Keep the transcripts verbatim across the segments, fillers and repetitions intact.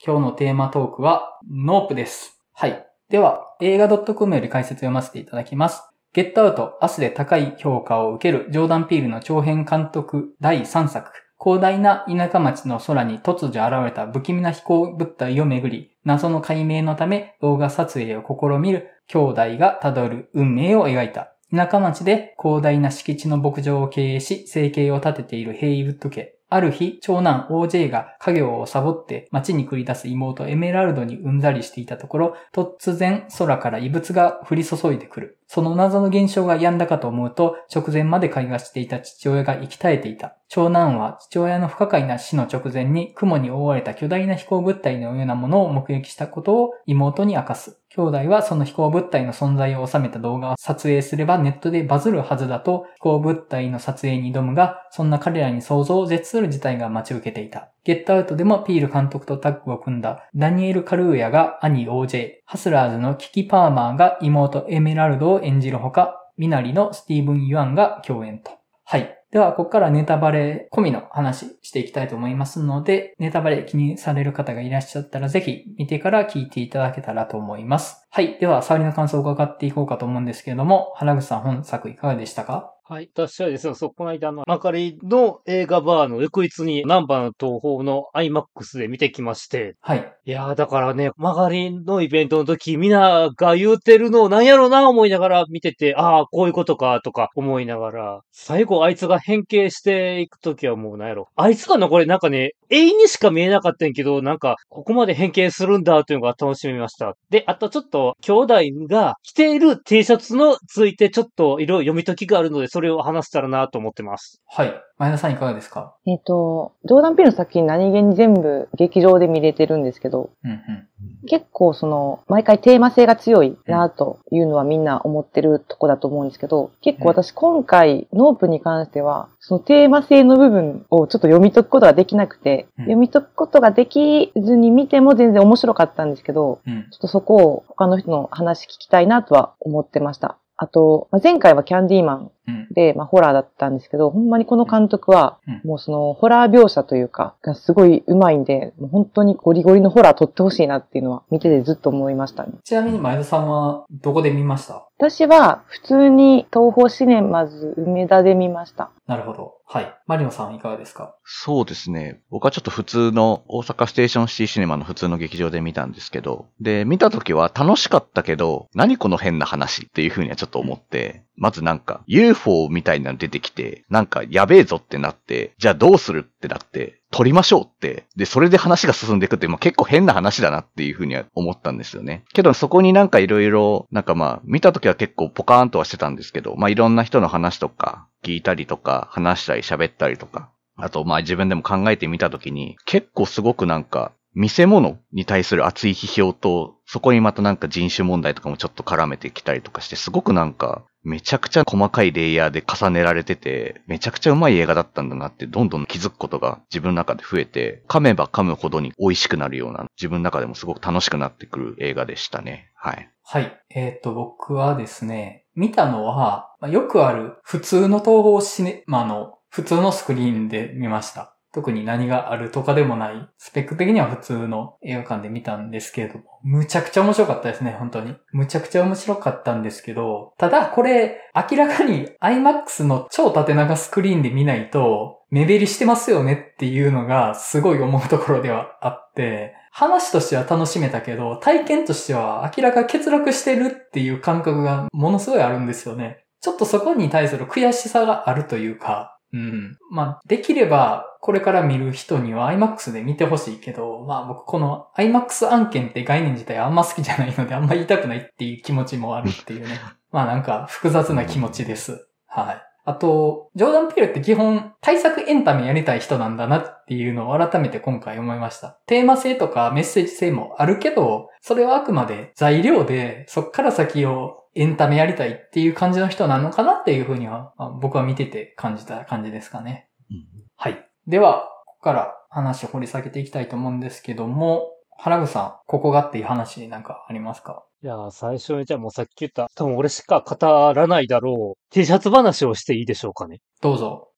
今日のテーマトークは、ノープです。はい。では、映画 .com より解説を読ませていただきます。ゲットアウト、明日で高い評価を受けるジョーダン・ピールの長編監督だいさんさく。広大な田舎町の空に突如現れた不気味な飛行物体をめぐり、謎の解明のため動画撮影を試みる兄弟が辿る運命を描いた。田舎町で広大な敷地の牧場を経営し、生計を立てているヘイウッド家。ある日、長男 オージェー が家業をサボって町に繰り出す妹エメラルドにうんざりしていたところ、突然空から異物が降り注いでくる。その謎の現象が止んだかと思うと、直前まで会話していた父親が生き絶えていた。長男は父親の不可解な死の直前に雲に覆われた巨大な飛行物体のようなものを目撃したことを妹に明かす。兄弟はその飛行物体の存在を収めた動画を撮影すればネットでバズるはずだと飛行物体の撮影に挑むが、そんな彼らに想像を絶する事態が待ち受けていた。ゲットアウトでもピール監督とタッグを組んだダニエル・カルーヤが兄 オージェー、ハスラーズのキキ・パーマーが妹エメラルドを演じるほか、ミナリのスティーブン・ユアンが共演と。はい。では、ここからネタバレ込みの話していきたいと思いますので、ネタバレ気にされる方がいらっしゃったらぜひ見てから聞いていただけたらと思います。はい。では、触りの感想を伺っていこうかと思うんですけれども、原口さん本作いかがでしたか？ はい。私はですね、そう、この間の幕張の映画バーの翌日にナンバーの東宝の アイマックス で見てきまして。 はい。 いやー、だからね、幕張のイベントの時、みんなが言うてるのをなんやろな思いながら見てて、ああ、こういうことか、とか思いながら、最後あいつが変形していく時はもうなんやろ。あいつがのこれなんかね、永遠にしか見えなかったんやけど、なんか、ここまで変形するんだというのが楽しみました。で、あとちょっと、兄弟が着ている T シャツのついてちょっといろいろ読み解きがあるので、それを話したらなと思ってます。 はい。前田さんいかがですか？ えっと、ジョーダン・ピールの作品何気に全部劇場で見れてるんですけど、 うんうん、 結構その、毎回テーマ性が強いなというのはみんな思ってるとこだと思うんですけど、結構私今回、ノープに関しては、そのテーマ性の部分をちょっと読み解くことができなくて、うん、読み解くことができずに見ても全然面白かったんですけど、うん、ちょっとそこを他の人の話聞きたいなとは思ってました。あと、前回はキャンディーマンで、まあホラーだったんですけど、ほんまにこの監督は、もうそのホラー描写というか、がすごい上手いんで、もう本当にゴリゴリのホラー撮ってほしいなっていうのは見ててずっと思いましたね。 ちなみに前田さんはどこで見ました？ 私は普通に東宝シネマズ梅田で見ました。 なるほど。はい。マリノさんいかがですか？ そうですね。僕はちょっと普通の大阪ステーションシティシネマの普通の劇場で見たんですけど、で、見た時は楽しかったけど、何この変な話っていう風にはちょっと思って、まずなんか ユーフォー みたいなの出てきて、なんかやべえぞってなって、じゃあどうするってなって、撮りましょうって。で、それで話が進んでいくって、まあ、結構変な話だなっていうふうには思ったんですよね。けどそこになんかいろいろ、なんかまあ、見たときは結構ポカーンとはしてたんですけど、まあいろんな人の話とか聞いたりとか、話したり喋ったりとか、あとまあ自分でも考えてみたときに、結構すごくなんか、見せ物に対する熱い批評と、そこにまたなんか人種問題とかもちょっと絡めてきたりとかして、すごくなんか、めちゃくちゃ細かいレイヤーで重ねられてて、めちゃくちゃうまい映画だったんだなってどんどん気づくことが自分の中で増えて、噛めば噛むほどに美味しくなるような、自分の中でもすごく楽しくなってくる映画でしたね。はい。 はい。えっと、僕はですね、見たのは、よくある普通の東宝シネマの普通のスクリーンで見ました。特に何があるとかでもない、スペック的には普通の映画館で見たんですけれども、むちゃくちゃ面白かったですね、本当に。むちゃくちゃ面白かったんですけど、ただこれ、明らかに アイマックス の超縦長スクリーンで見ないと、目減りしてますよねっていうのがすごい思うところではあって、話としては楽しめたけど、体験としては明らか欠落してるっていう感覚がものすごいあるんですよね。ちょっとそこに対する悔しさがあるというか、うん。まあ、できれば、これから見る人には アイマックス で見てほしいけど、まあ僕この アイマックス 案件って概念自体あんま好きじゃないのであんま言いたくないっていう気持ちもあるっていうね。まあなんか複雑な気持ちです。はい。あと、ジョーダン・ピールって基本対策エンタメやりたい人なんだなっていうのを改めて今回思いました。テーマ性とかメッセージ性もあるけど、それはあくまで材料で、そっから先をエンタメやりたいっていう感じの人なのかなっていうふうには、まあ、僕は見てて感じた感じですかね。うん、はい。では、ここから話を掘り下げていきたいと思うんですけども、原口さん、ここがっていう話なんかありますか？ いやー、最初にじゃあもうさっき言った、多分俺しか語らないだろう、T シャツ話をしていいでしょうかね。 どうぞ。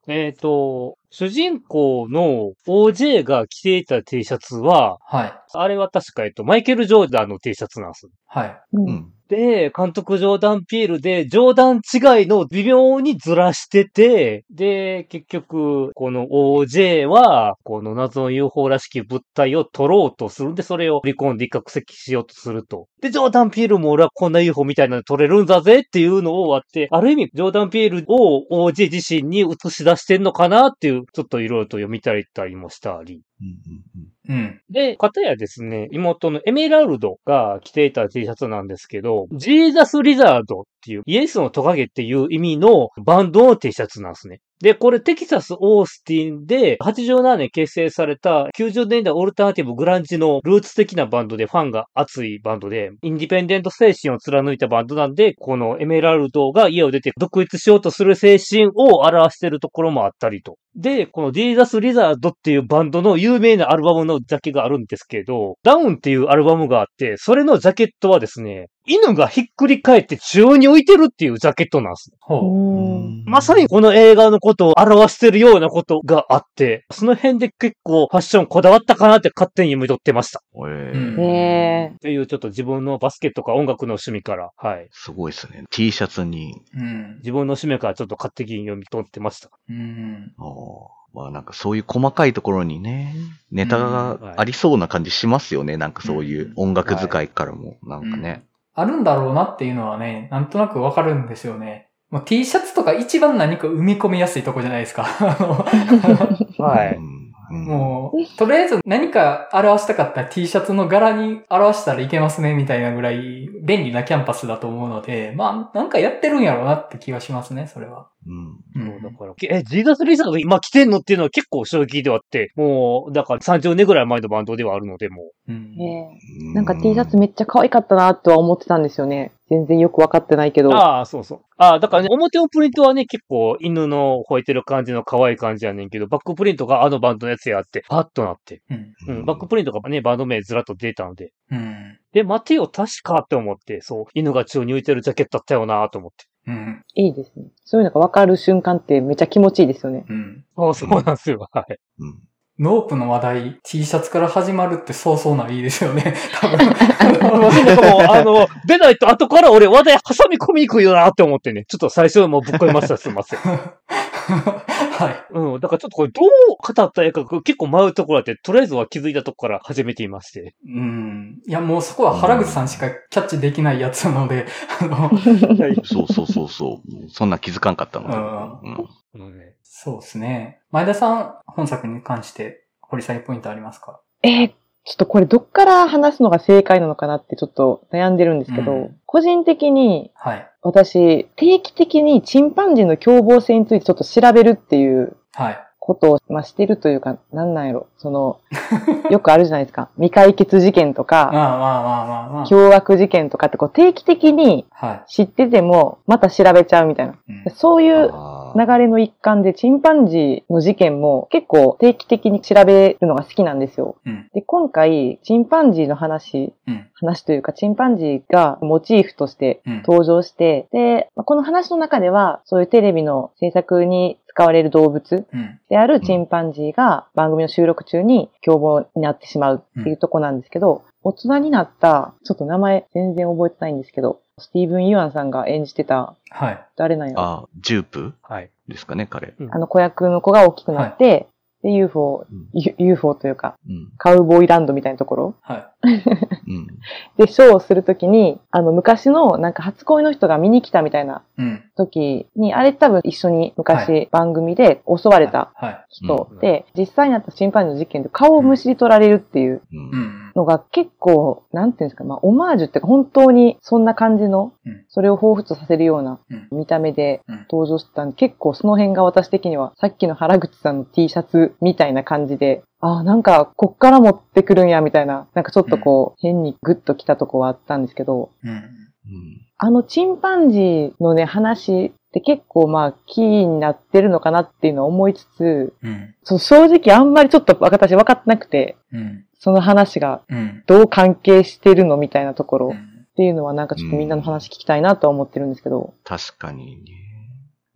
えっ、と、主人公の オージェー が着ていた T シャツは、 はい。 あれは確か、えっと、マイケル・ジョーダンの T シャツなんです。 はい。 う。 うんん。 で、監督ジョーダン・ピールで、ジョーダン違いの微妙にずらしてて、で、結局、この オージェー は、この謎の ユーフォー らしき物体を取ろうとするんで、それを離婚で一攫千金しようとすると。で、ジョーダン・ピールも俺はこんな ユーフォー みたいなの取れるんだぜっていうのをあって、ある意味、ジョーダン・ピールを オージェー 自身に映し出してんのかなっていう、ちょっといろいろと読みたりたりもしたり。 うんうんうん。 で、かたやですね、妹のエメラルドが着ていた T シャツなんですけど、ジーザス・リザードっていう、イエスのトカゲっていう意味のバンドの T シャツなんですね。で、これテキサス・オースティンではちじゅうななねん結成されたきゅうじゅうねんだいオルタナティブ・グランジのルーツ的なバンドでファンが熱いバンドで、インディペンデント精神を貫いたバンドなんで、このエメラルドが家を出て独立しようとする精神を表しているところもあったりと。で、このジーザス・リザードっていうバンドの有名なアルバムのジャケがあるんですけど、ダウンっていうアルバムがあって、それのジャケットはですね、犬がひっくり返って中に浮いてるっていうジャケットなんです。 うほう。 ん。 まさにこの映画のことを表してるようなことがあって、その辺で結構ファッションこだわったかなって勝手に読み取ってました。 えーうんへえ。 っていうちょっと自分のバスケとか音楽の趣味から、はい。 すごいですね。T シャツに。 うん。 自分の趣味からちょっと勝手に読み取ってました。 うん。 あーまあなんかそういう細かいところにね、ネタがありそうな感じしますよね。なんかそういう音楽使いからも。なんかね。 あるんだろうなっていうのはね、なんとなくわかるんですよね。もう T シャツとか一番何か埋め込みやすいとこじゃないですか。あのはい。 うんうんもう、とりあえず何か表したかったら T シャツの柄に表したらいけますね、みたいなぐらい便利なキャンパスだと思うので、まあ、なんかやってるんやろうなって気がしますね、それは。 うんうん。 だから、え、ジーザス・リザードが今来てんのっていうのは結構衝撃ではあって、もう、だからさんじゅうねんぐらい前のバンドではあるので、もうん。 へえ。なんか T シャツめっちゃ可愛かったなとは思ってたんですよね。全然よくわかってないけう。 ど。 ああ、そうそう。ああ、だからね、表のプリントはね、結構犬の吠えてる感じの可愛い感じやねんけど、バックプリントがあのバンドのやつやって、パッとなって。 うん。 うん、バックプリントがね、バンド名ずらっと出たので。 うん。 で、待てよ、確かって思って、そう、犬が宙に浮いてるジャケットだったよなと思って。 うん。 いいですね。そういうのがわかる瞬間ってめっちゃ気持ちいいですよね。 うん。 そう、そうなんですよ。はい。 うんノープの話題、T シャツから始まるってそうそうないいですよね。多分。 なんかもう、あの、出ないと後から俺話題挟み込みにくいよなって思ってね。ちょっと最初もうぶっ込みました。すいません。 はい。 うん。だからちょっとこれどう語ったらいいか結構迷うところあって、とりあえずは気づいたとこから始めていまして。 うん。いや、もうそこは原口さんしかキャッチできないやつなので、あの、 はい。 そうそうそうそう。そんな気づかんかったので。 うんうんね、 そうですね。前田さん、本作に関して掘り下げポイントありますか？ えー、ちょっとこれどっから話すのが正解なのかなってちょっと悩んでるんですけど、 うん個人的にはい。 私、定期的にチンパンジーの凶暴性についてちょっと調べるっていうはい。 ことを、まあ、してるというか、なんなんやろ。その、よくあるじゃないですか。未解決事件とか、 まあまあまあまあまあ。 凶悪事件とかってこう定期的には知ってても、また調べちゃうみたいな。 い。うんそういうあー流れの一環で、チンパンジーの事件も結構定期的に調べるのが好きなんですよ。 うん。 で、今回、チンパンジーの話、 うん。 話というか、チンパンジーがモチーフとしてうん。 登場して、で、まあこの話の中では、そういうテレビの制作に使われる動物うん。 であるチンパンジーが番組の収録中に凶暴になってしまうっていうとこなんですけど、大人になった、ちょっと名前全然覚えてないんですけど、スティーブン・ユアンさんが演じてた、 はい。 誰なんやろ、 あ、ジュープはい。 ですかね、彼。 うんあの子役の子が大きくなって、で、ユーフォー、 うんユ ユーフォー というか、 うん。 カウボーイランドみたいなところはうん。 で、ショーをするときに、あの、昔のなんか初恋の人が見に来たみたいなうん。 時に、あれ多分一緒には昔番組で襲われたはい。 人で、実際にあったチンパンジーの事件で顔をむしり取られるっていううん。 ううん。 ん。 のが結構、なんていうんですか、まあ、オマージュっていうか本当にそんな感じのうん、 それを彷彿とさせるようなうん見た目でうん登場してたんで、結構その辺が私的には、さっきの原口さんの T シャツみたいな感じで、ああ、なんか、こっから持ってくるんや、みたいな、なんかちょっとこう、変にグッと来たとこはあったんですけど、 うん。 あのチンパンジーのね、話って結構まあ、キーになってるのかなっていうのを思いつつ、 うん。 そう正直あんまりちょっと私分かってなくて、 うん。 その話がうん。 どう関係してるのみたいなところうん。 っていうのはなんかちょっとみんなの話聞きたいなとは思ってるんですけど。 確かにね。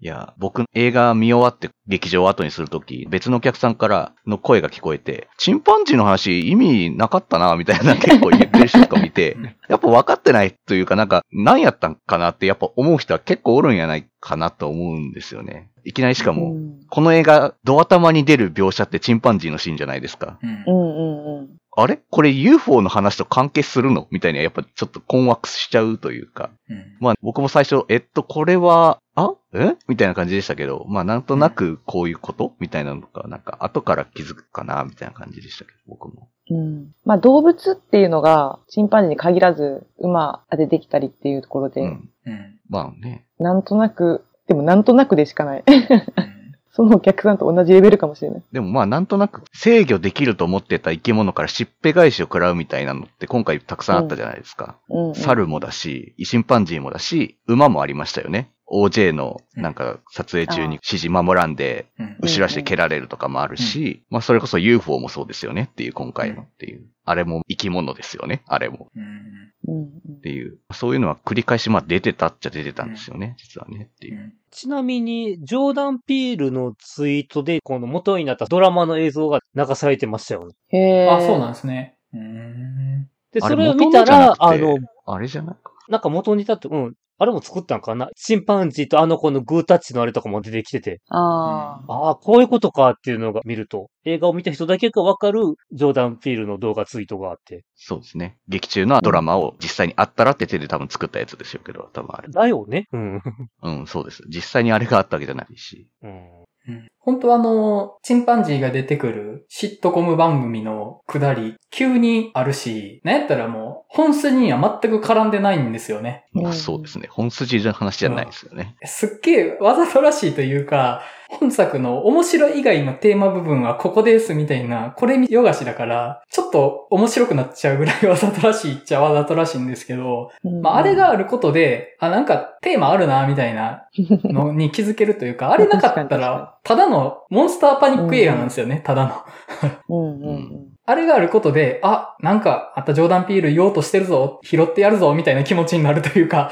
いや、僕映画見終わって劇場を後にするとき、別のお客さんからの声が聞こえて、チンパンジーの話意味なかったな、みたいな結構言ってる人とか見て、やっぱ分かってないというかなんか何やったんかなってやっぱ思う人は結構おるんやないかなと思うんですよね。いきなりしかも、うん、この映画、ド頭に出る描写ってチンパンジーのシーンじゃないですか。 うんうんうん。 あれこれ ユーフォー の話と関係するのみたいにはやっぱちょっと困惑しちゃうというか。うん、まあ僕も最初、えっと、これは、あえみたいな感じでしたけど、まあなんとなくこういうこと、うん、みたいなのが、なんか後から気づくかなみたいな感じでしたけど、僕も。 うん。まあ動物っていうのが、チンパンジーに限らず、馬でできたりっていうところで。うん。 うん、まあね。 なんとなく、でもなんとなくでしかない。そのお客さんと同じレベルかもしれない。 でもまあなんとなく制御できると思ってた生き物からしっぺ返しを食らうみたいなのって今回たくさんあったじゃないですか。うんうん、猿もだし、チンパンジーもだし、馬もありましたよね。オージェー のなんか撮影中に指示守らんで、後ろ足で蹴られるとかもあるし、まあそれこそ ユーフォー もそうですよねっていう今回のっていう。あれも生き物ですよね、あれも。っていう。そういうのは繰り返しまあ出てたっちゃ出てたんですよね、実はねっていう。 ちなみに、ジョーダン・ピールのツイートで、この元になったドラマの映像が流されてましたよね。 へー。あ、そうなんですね。うーんで、それを見たら、あの、 あれじゃないか。 なんか元に立って、うん。あれも作ったんかなチンパンジーとあの子のグータッチのあれとかも出てきてて。 ああ。ああ、こういうことかっていうのが見ると、映画を見た人だけがわかるジョーダン・ピールの動画ツイートがあって。 そうですね。劇中のドラマを実際にあったらって手で多分作ったやつですよけど、多分あれ。 だよね。うん。 うん、そうです。実際にあれがあったわけじゃないし。うん。 うん、本当はあの、チンパンジーが出てくるシットコム番組のくだり、急にあるし、なんやったらもう、本筋には全く絡んでないんですよね。 まあそうですね。本筋の話じゃないですよね。 うん、すっげえわざとらしいというか、本作の面白い以外のテーマ部分はここですみたいな、これ見よがしだから、ちょっと面白くなっちゃうぐらいわざとらしいっちゃわざとらしいんですけど、うん、まああれがあることで、あ、なんかテーマあるな、みたいなのに気づけるというか、あれなかったら、ただのモンスターパニック映画なんですよね、うん、ただの。 うんうんうんあれがあることで、あ、なんか、またジョーダン・ピール言おうとしてるぞ、拾ってやるぞ、みたいな気持ちになるというか。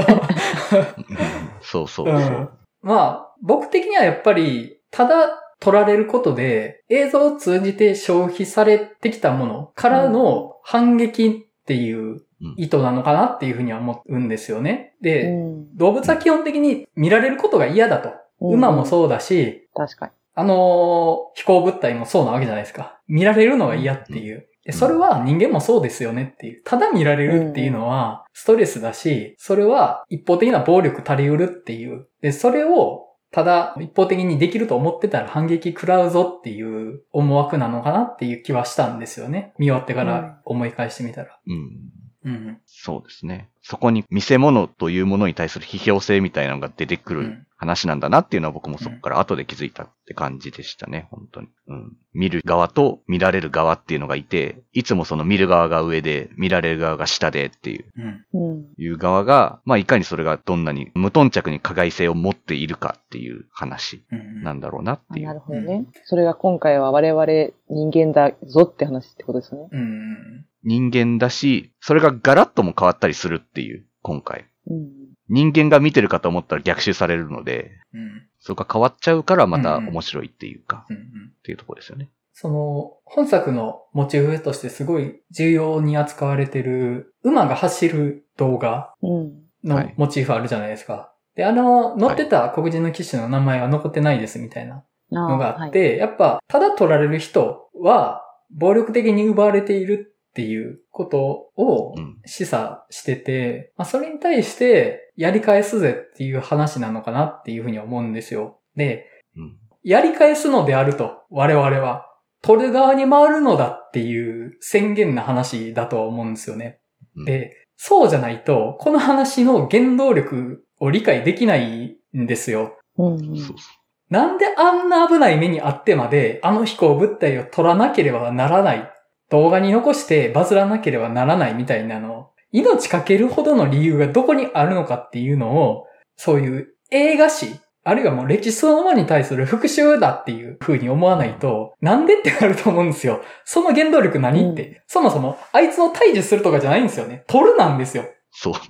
そうそうそう、うん。 まあ、僕的にはやっぱり、ただ撮られることで、映像を通じて消費されてきたものからの反撃っていう意図なのかなっていうふうには思うんですよね。で、うん、動物は基本的に見られることが嫌だと。うん、馬もそうだし、 確かに。 あのー、飛行物体もそうなわけじゃないですか。見られるのが嫌っていう。で、それは人間もそうですよねっていう。ただ見られるっていうのはストレスだし、それは一方的な暴力足りうるっていう。で、それをただ一方的にできると思ってたら反撃食らうぞっていう思惑なのかなっていう気はしたんですよね。見終わってから思い返してみたら。 うんうん、そうですね。そこに見せ物というものに対する批評性みたいなのが出てくる話なんだなっていうのは僕もそこから後で気づいたって感じでしたね、本当に。うん。見る側と見られる側っていうのがいて、いつもその見る側が上で、見られる側が下でっていう、うん、いう側が、まあいかにそれがどんなに無頓着に加害性を持っているかっていう話なんだろうなっていう。 なるほどね。それが今回は我々人間だぞって話ってことですね。 うん人間だし、それがガラッとも変わったりするっていう、今回。 うん、 人間が見てるかと思ったら逆襲されるので、 うん、 そこが変わっちゃうからまた面白いっていうか、 うんうん、 っていうところですよね。 その、本作のモチーフとしてすごい重要に扱われてる、馬が走る動画のモチーフあるじゃないですか。はい、で、あの、乗ってた黒人の騎士の名前は残ってないですみたいなのがあって、はい、やっぱ、ただ取られる人は、暴力的に奪われているっていうことを示唆してて、うんまあ、それに対してやり返すぜっていう話なのかなっていうふうに思うんですよ。で、 うん、 やり返すのであると、我々は、取る側に回るのだっていう宣言な話だとは思うんですよね。うん、で、そうじゃないと、この話の原動力を理解できないんですよ。 うんうん、 なんであんな危ない目にあってまで、あの飛行物体を取らなければならない動画に残してバズらなければならないみたいなの、命かけるほどの理由がどこにあるのかっていうのを、そういう映画史、あるいはもう歴史そのものに対する復讐だっていう風に思わないと、なんでってなると思うんですよ。その原動力何って、うん、そもそもあいつを退治するとかじゃないんですよね。取るなんですよ。 そう。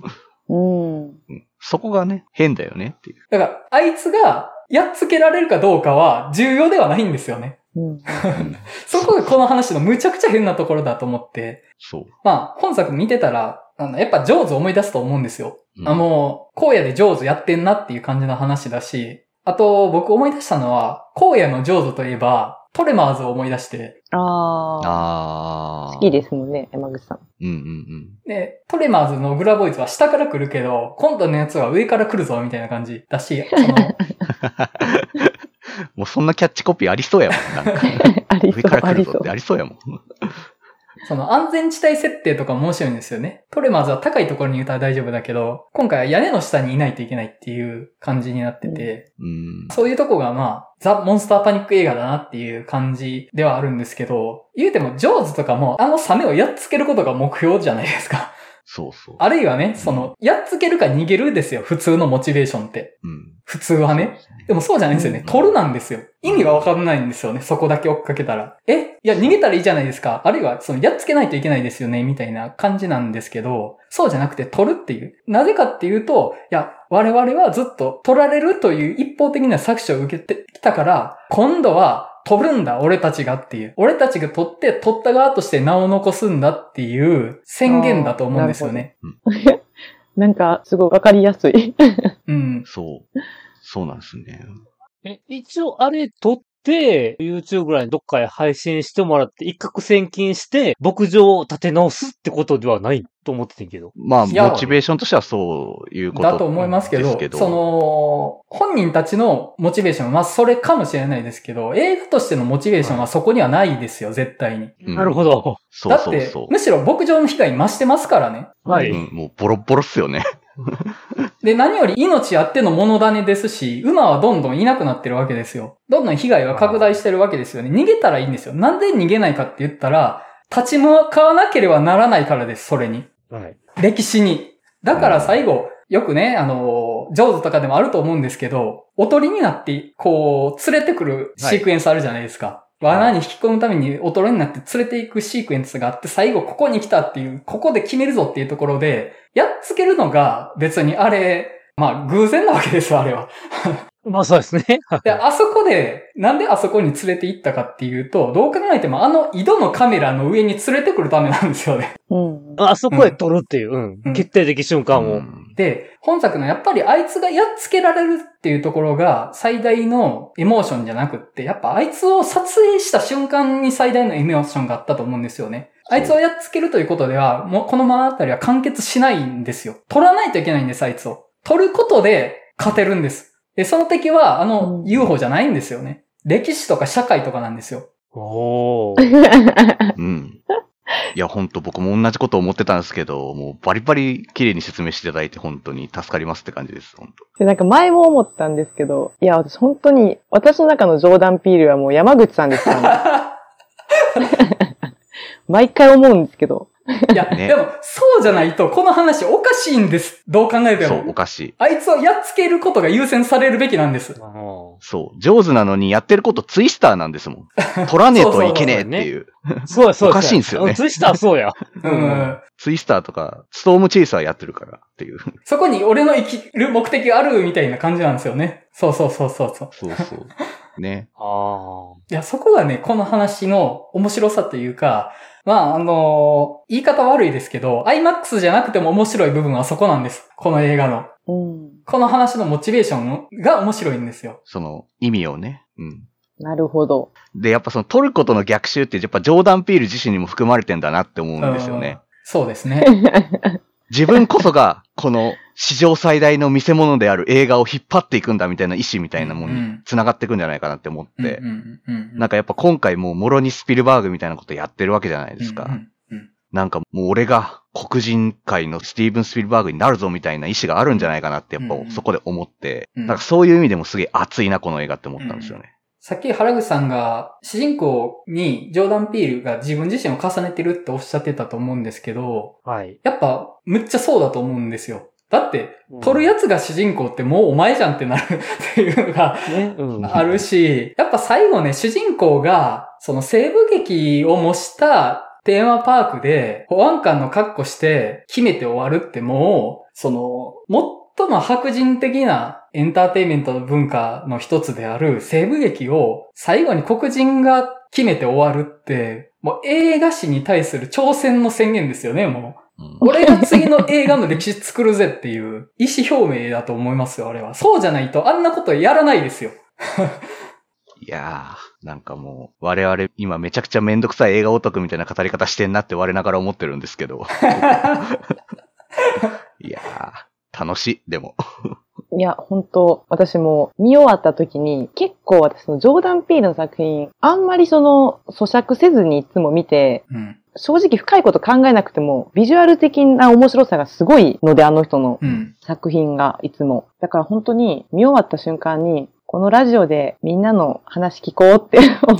うん。 うん、そこがね、変だよねっていう。 だから、あいつがやっつけられるかどうかは重要ではないんですよね。 うん、 そこがこの話のむちゃくちゃ変なところだと思って。 そう。 まあ、本作見てたら、あの、やっぱジョーズ思い出すと思うんですよ。 うん、 あもう、荒野でジョーズやってんなっていう感じの話だし、あと、僕思い出したのは、荒野のジョーズといえば、トレマーズを思い出して。 ああ。 ああ。 好きですもんね、山口さん。 うんうんうん。 で、トレマーズのグラボイズは下から来るけど、今度のやつは上から来るぞ、みたいな感じだし、その、 もうそんなキャッチコピーありそうやもん、なんか。 ありそう、 上から来るぞってありそうやもん。 その安全地帯設定とかも面白いんですよね。トレマーズは高いところにいたら大丈夫だけど、今回は屋根の下にいないといけないっていう感じになってて、 うん、 そういうとこがまあ、ザ・モンスターパニック映画だなっていう感じではあるんですけど、言うてもジョーズとかもあのサメをやっつけることが目標じゃないですか。 そうそう。 あるいはね、その、やっつけるか逃げるですよ、普通のモチベーションって。 うん、 普通はね。でもそうじゃないんですよね。取るなんですよ。意味がわかんないんですよね。そこだけ追っかけたら。えいや、逃げたらいいじゃないですか。あるいは、その、やっつけないといけないですよね。みたいな感じなんですけど、そうじゃなくて取るっていう。なぜかっていうと、いや、我々はずっと取られるという一方的な搾取を受けてきたから、今度は、取るんだ、俺たちがっていう。俺たちが取って、取った側として名を残すんだっていう宣言だと思うんですよね。 なんか、すごいわかりやすい。 うん。 そう。そうなんですね。 え、一応あれ取って、YouTube ぐらいにどっかへ配信してもらって、一攫千金して、牧場を立て直すってことではないと思っててんけど。 まあ、モチベーションとしてはそういうことだと思いますけど、けどその、本人たちのモチベーションは、まあ、それかもしれないですけど、映画としてのモチベーションはそこにはないですよ、はい、絶対に。 うん、なるほど。 そうそうそう。 だって、むしろ牧場の被害増してますからね。 はい。 うん、もうボロボロっすよね。 で、何より命あっての物種ですし、馬はどんどんいなくなってるわけですよ。どんどん被害は拡大してるわけですよね。逃げたらいいんですよ。なんで逃げないかって言ったら、立ち向かわなければならないからです、それに。 はい。 歴史に。だから最後、よくね、あの、ジョーズとかでもあると思うんですけど、おとりになって、こう、連れてくるシークエンスあるじゃないですか。はい罠に引き込むためにおとりになって連れていくシークエンスがあって、最後ここに来たっていう、ここで決めるぞっていうところで、やっつけるのが別にあれ、まあ偶然なわけですよ、あれは。 まあそうですね。 で、あそこで、なんであそこに連れて行ったかっていうと、どう考えてもあの井戸のカメラの上に連れてくるためなんですよね。 うん、 あそこへ撮るっていう、うんうん、決定的瞬間を、うん。 で、本作のやっぱりあいつがやっつけられるっていうところが最大のエモーションじゃなくって、やっぱあいつを撮影した瞬間に最大のエモーションがあったと思うんですよね。あいつをやっつけるということでは、もうこの物語は完結しないんですよ。取らないといけないんです、あいつを。取ることで勝てるんです。で、その敵は、あの、ユーフォー じゃないんですよね。歴史とか社会とかなんですよ。 おー。 うん。いや、ほんと僕も同じこと思ってたんですけど、もうバリバリ綺麗に説明していただいて本当に助かりますって感じです、本当。 で、なんか前も思ったんですけど、いや、私本当に、私の中のジョーダン・ピールはもう山口さんですからね。毎回思うんですけど。 いや、ね、でも、そうじゃないと、この話おかしいんです。どう考えても。 そう、おかしい。 あいつをやっつけることが優先されるべきなんです。 そう、上手なのにやってることツイスターなんですもん。取らねえといけねえっていう。 そうや、そうや。 おかしいんですよね。 ツイスターそうや。 うん。 ツイスターとか、ストームチェイサーやってるからっていう。 そこに俺の生きる目的があるみたいな感じなんですよね。そうそうそうそうそう。 そうそう。ね。 ああ。 いや、そこがね、この話の面白さというか、まあ、あのー、言い方悪いですけど、アイマックス じゃなくても面白い部分はそこなんです。この映画の。 うん、 この話のモチベーションが面白いんですよ。 その意味をね。うん。 なるほど。 で、やっぱその取ることの逆襲ってやっぱジョーダン・ピール自身にも含まれてんだなって思うんですよね。 そうですね。 自分こそがこの史上最大の見せ物である映画を引っ張っていくんだみたいな意志みたいなものに繋がっていくんじゃないかなって思って。なんかやっぱ今回もうもろにスピルバーグみたいなことやってるわけじゃないですか。うんうんうん、なんかもう俺が黒人界のスティーブン・スピルバーグになるぞみたいな意志があるんじゃないかなってやっぱそこで思って、うんうん、なんかそういう意味でもすげえ熱いなこの映画って思ったんですよね。うんうんさっき原口さんが主人公にジョーダン・ピールが自分自身を重ねてるっておっしゃってたと思うんですけど、 はい。 やっぱむっちゃそうだと思うんですよ。だって、うん、撮るやつが主人公ってもうお前じゃんってなるっていうのが、ねうん、あるし、やっぱ最後ね、主人公がその西部劇を模したテーマパークで保安官の格好して決めて終わるってもう、その、最も白人的なエンターテインメントの文化の一つである西部劇を最後に黒人が決めて終わるって、もう映画史に対する挑戦の宣言ですよね、もう。うん、俺が次の映画の歴史作るぜっていう意思表明だと思いますよ、あれは。そうじゃないとあんなことやらないですよ。 いやー、なんかもう、我々今めちゃくちゃめんどくさい映画オタクみたいな語り方してんなって我ながら思ってるんですけど。いやー、楽しい、でも。 いや、本当私も見終わった時に、結構私のジョーダン・ピールの作品、あんまりその、咀嚼せずにいつも見て、うん、正直深いこと考えなくても、ビジュアル的な面白さがすごいので、あの人の作品がいつも。だから本当に見終わった瞬間に、このラジオでみんなの話聞こうって思う。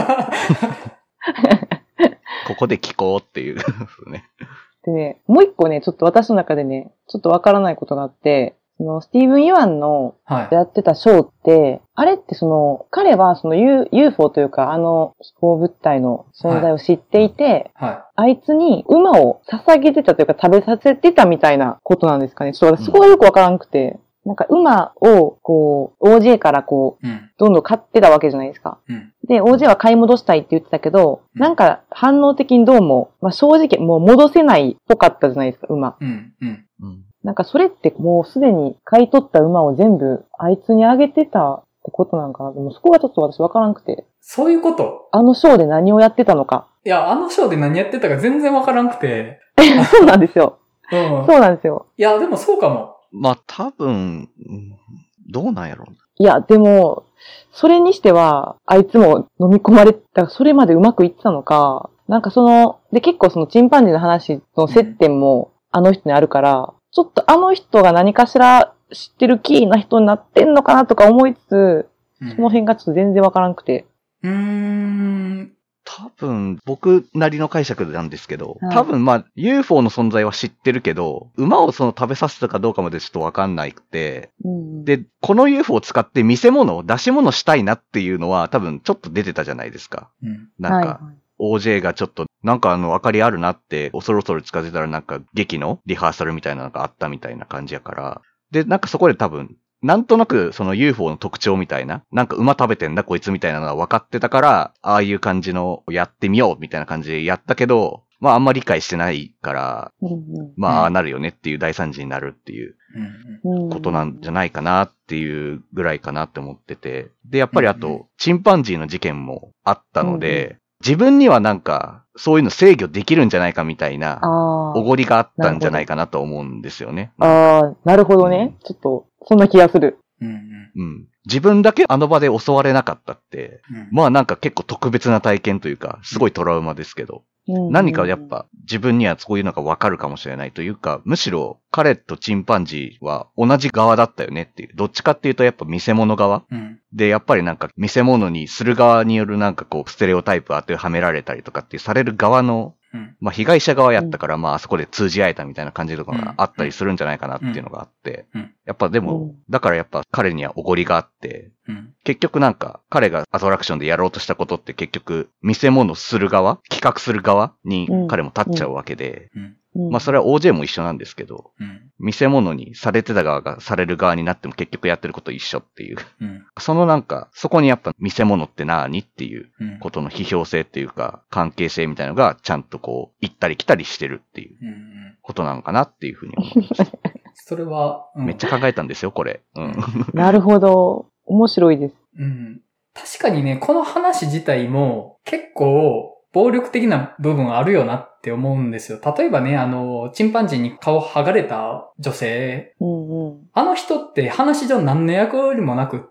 ここで聞こうっていうね。 でね、もう一個ね、ちょっと私の中でね、ちょっとわからないことがあって、そのスティーブン・ユアンのやってたショーって、はい、あれってその、彼はその ユーフォー というか、あの飛行物体の存在を知っていて、はいはい、あいつに馬を捧げてたというか食べさせてたみたいなことなんですかね。ちょっと私そこがよくわからなくて。うん、なんか馬をこう オージェー からこう、うん、どんどん買ってたわけじゃないですか。うん、で オージェー は買い戻したいって言ってたけど、うん、なんか反応的にどうも、まあ、正直もう戻せないっぽかったじゃないですか、馬。うんうんうん、なんかそれってもうすでに買い取った馬を全部あいつにあげてたってことなんかな。でもそこがちょっと私わからなくて。 そういうこと？ あのショーで何をやってたのか。 いや、あのショーで何やってたか全然わからなくて。 そうなんですよ。うん、そうなんですよ。 いや、でもそうかも。 まあ、多分、どうなんやろう。 いや、でも、それにしては、あいつも飲み込まれた、それまでうまくいってたのか、なんかその、で結構そのチンパンジーの話の接点もあの人にあるから、ちょっとあの人が何かしら知ってるキーな人になってんのかなとか思いつつ、その辺がちょっと全然わからなくて。 うーん。 多分、僕なりの解釈なんですけど、多分まあ、ユーフォー の存在は知ってるけど、馬をその食べさせたかどうかまでちょっとわかんないくて、うん、で、この ユーフォー を使って見せ物、出し物したいなっていうのは多分ちょっと出てたじゃないですか。うん、なんか、はいはい、オージェー がちょっと、なんかあの、明かりあるなって、恐る恐る近づいたらなんか劇のリハーサルみたいなのがあったみたいな感じやから、で、なんかそこで多分、なんとなくその ユーフォー の特徴みたいな、なんか馬食べてんだこいつみたいなのが分かってたから、ああいう感じのやってみようみたいな感じでやったけど、まああんまり理解してないから、うんうん、まあああなるよねっていう大惨事になるっていうことなんじゃないかなっていうぐらいかなって思ってて。で、やっぱりあと、チンパンジーの事件もあったので、うんうん、自分にはなんか、そういうの制御できるんじゃないかみたいな、おごりがあったんじゃないかなと思うんですよね。 ああ、なるほどね。うん、ちょっと、そんな気がする。 うんうんうん、自分だけあの場で襲われなかったって、うん、まあなんか結構特別な体験というか、すごいトラウマですけど、うん、何かやっぱ自分にはそういうのがわかるかもしれないというか、むしろ彼とチンパンジーは同じ側だったよねっていう、どっちかっていうとやっぱ見せ物側、うん、で、やっぱりなんか見せ物にする側によるなんかこうステレオタイプ当てはめられたりとかっていうされる側の、うん、まあ被害者側やったから、まああそこで通じ合えたみたいな感じとかがあったりするんじゃないかなっていうのがあって、うんうん、やっぱでも、だからやっぱ彼にはおごりがあって、うん、結局なんか彼がアトラクションでやろうとしたことって結局見せ物する側、企画する側に彼も立っちゃうわけで、うんうんまあそれは オージェー も一緒なんですけど、うん、見せ物にされてた側がされる側になっても結局やってること一緒っていう、うん、そのなんかそこにやっぱ見せ物って何っていうことの批評性っていうか関係性みたいなのがちゃんとこう行ったり来たりしてるっていうことなのかなっていうふうに思いました。 それは、 うん、めっちゃ考えたんですよこれ、うん、 なるほど面白いです、 うん。確かにねこの話自体も結構暴力的な部分あるよなって思うんですよ。例えばね、あの、チンパンジーに顔剥がれた女性。うんうん、あの人って話上何の役割もなくって、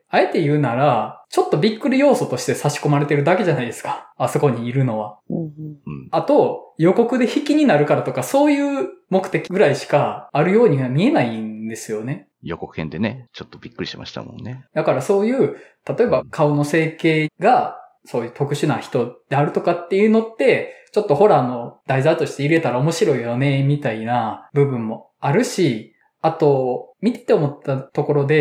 あえて言うなら、ちょっとびっくり要素として差し込まれてるだけじゃないですか。あそこにいるのは。うんうん、あと、予告で引きになるからとか、そういう目的ぐらいしかあるようには見えないんですよね。 予告編でね、ちょっとびっくりしましたもんね。 だからそういう、例えば顔の整形が、そういう特殊な人であるとかっていうのって、ちょっとホラーの題材として入れたら面白いよね、みたいな部分もあるし、あと、見てて思ったところで、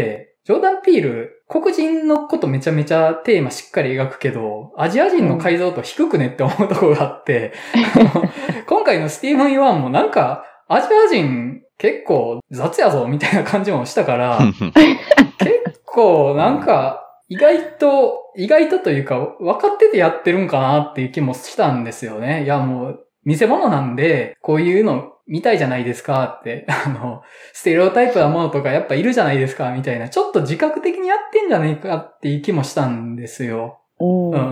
ジョーダン・ピール、黒人のことめちゃめちゃテーマしっかり描くけど、アジア人の解像度低くねって思うところがあって、うん、今回のスティーブン・イワンもなんか、アジア人結構雑やぞみたいな感じもしたから、結構なんか、意外と、意外とというか、分かっててやってるんかなっていう気もしたんですよね。いやもう、見せ物なんで、こういうの見たいじゃないですかって、あの、ステレオタイプなものとかやっぱいるじゃないですかみたいな、ちょっと自覚的にやってんじゃないかっていう気もしたんですよ。 うんうん、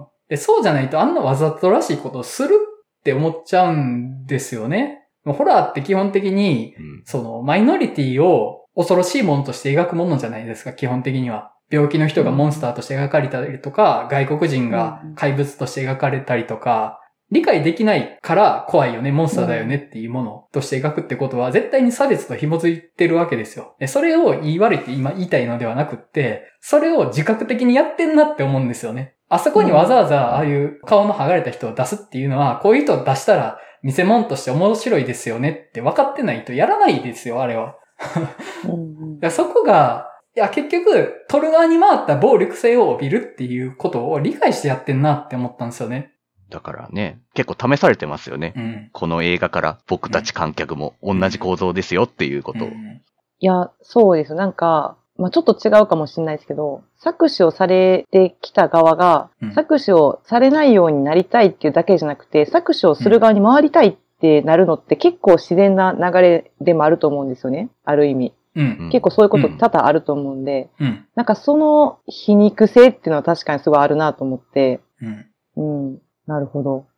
でそうじゃないとあんなわざとらしいことをするって思っちゃうんですよね。ホラーって基本的に、うん、その、マイノリティを恐ろしいものとして描くものじゃないですか、基本的には。病気の人がモンスターとして描かれたりとか、外国人が怪物として描かれたりとか、理解できないから怖いよね、モンスターだよねっていうものとして描くってことは、絶対に差別と紐づいてるわけですよ。それを言い悪いって今言いたいのではなくって、それを自覚的にやってんなって思うんですよね。あそこにわざわざああいう顔の剥がれた人を出すっていうのは、こういう人を出したら、見せ物として面白いですよねって分かってないとやらないですよ、あれは。うん、そこが、いや結局、撮る側に回った暴力性を帯びるっていうことを理解してやってんなって思ったんですよね。 だからね、結構試されてますよね。うん、この映画から僕たち観客も同じ構造ですよっていうことを。うんうん、 いや、そうです。なんか、まあ、ちょっと違うかもしれないですけど、搾取をされてきた側が、うん、搾取をされないようになりたいっていうだけじゃなくて、搾取をする側に回りたいってなるのって結構自然な流れでもあると思うんですよね。ある意味。うん、結構そういうこと多々あると思うんで、うん、なんかその皮肉性っていうのは確かにすごいあるなと思って、うん、うん、なるほど。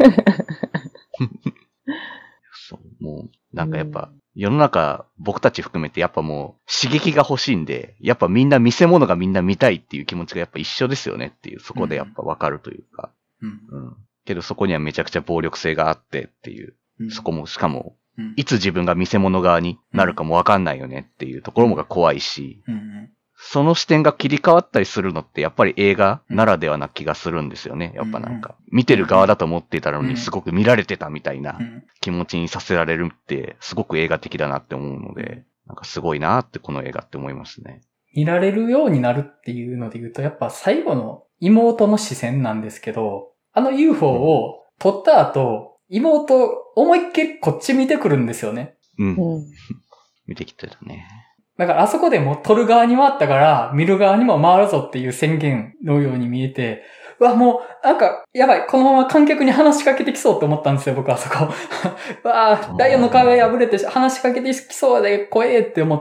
そう、もう、なんかやっぱ、世の中、僕たち含めてやっぱもう刺激が欲しいんで、やっぱみんな見せ物がみんな見たいっていう気持ちがやっぱ一緒ですよねっていう、そこでやっぱわかるというか、うんうん。けどそこにはめちゃくちゃ暴力性があってっていう、うん、そこもしかも、いつ自分が見せ物側になるかもわかんないよねっていうところもが怖いし、うんうん、その視点が切り替わったりするのってやっぱり映画ならではな気がするんですよね。やっぱなんか、見てる側だと思っていたのにすごく見られてたみたいな気持ちにさせられるってすごく映画的だなって思うので、なんかすごいなってこの映画って思いますね。 見られるようになるっていうので言うと、やっぱ最後の妹の視線なんですけど、あの ユーフォー を撮った後、妹思いっきりこっち見てくるんですよね。 うん。見てきてたね。 だからあそこでもう撮る側に回ったから見る側にも回るぞっていう宣言のように見えて、うわ、もうなんかやばい、このまま観客に話しかけてきそうって思ったんですよ、僕はあそこ。うわ、ダイヤの壁破れて話しかけてきそうで怖えって思って、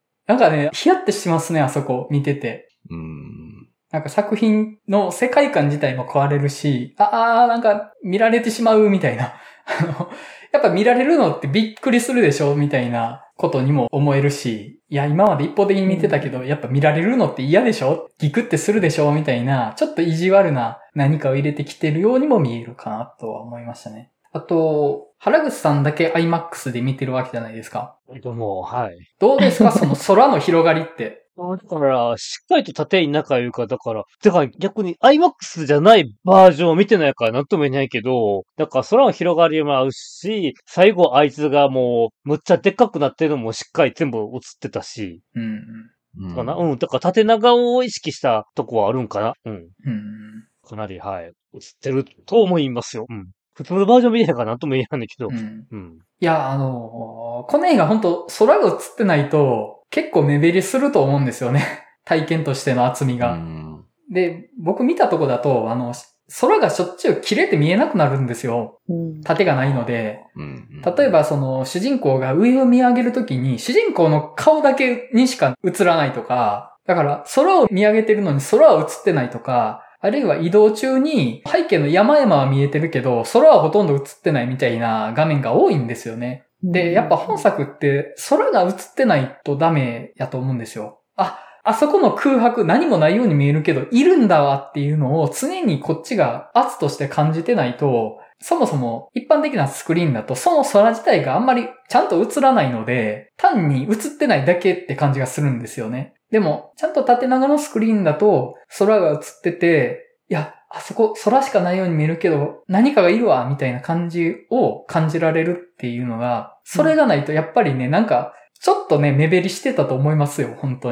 なんかね、ヒヤってしますね、あそこ見てて。うーん。なんか作品の世界観自体も変われるし、ああ、なんか見られてしまうみたいな。あの、やっぱ見られるのってびっくりするでしょみたいなことにも思えるし、いや、今まで一方的に見てたけど、やっぱ見られるのって嫌でしょギクってするでしょみたいな、ちょっと意地悪な何かを入れてきてるようにも見えるかなとは思いましたね。あと、原口さんだけ アイマックス で見てるわけじゃないですか。 どうも、はい。 どうですかその空の広がりって。 だから、しっかりと縦に仲いうか、だから、だから逆に アイマックス じゃないバージョンを見てないからなんとも言えないけど、だから空の広がりもあるし、最後あいつがもう、むっちゃでっかくなってるのもしっかり全部映ってたし。うん。うん。かなうん。だから縦長を意識したとこはあるんかなうん。うん。かなり、はい。映ってると思いますよ。うん。普通のバージョン見てないからなんとも言えないんだけど。うん。うん、 いや、あのー、この映画本当空が映ってないと、結構目減りすると思うんですよね。体験としての厚みが。で、僕見たとこだと、あの、空がしょっちゅう切れて見えなくなるんですよ。縦がないので。例えばその主人公が上を見上げるときに、主人公の顔だけにしか映らないとか、だから空を見上げてるのに空は映ってないとか、あるいは移動中に背景の山々は見えてるけど、空はほとんど映ってないみたいな画面が多いんですよね。で、やっぱ本作って空が映ってないとダメやと思うんですよ。あ、あそこの空白何もないように見えるけど、いるんだわっていうのを常にこっちが圧として感じてないと、そもそも一般的なスクリーンだとその空自体があんまりちゃんと映らないので、単に映ってないだけって感じがするんですよね。でも、ちゃんと縦長のスクリーンだと空が映ってて、いや、あそこ空しかないように見えるけど何かがいるわみたいな感じを感じられるっていうのが、それがないとやっぱりね、なんかちょっとね目減りしてたと思いますよ、本当に。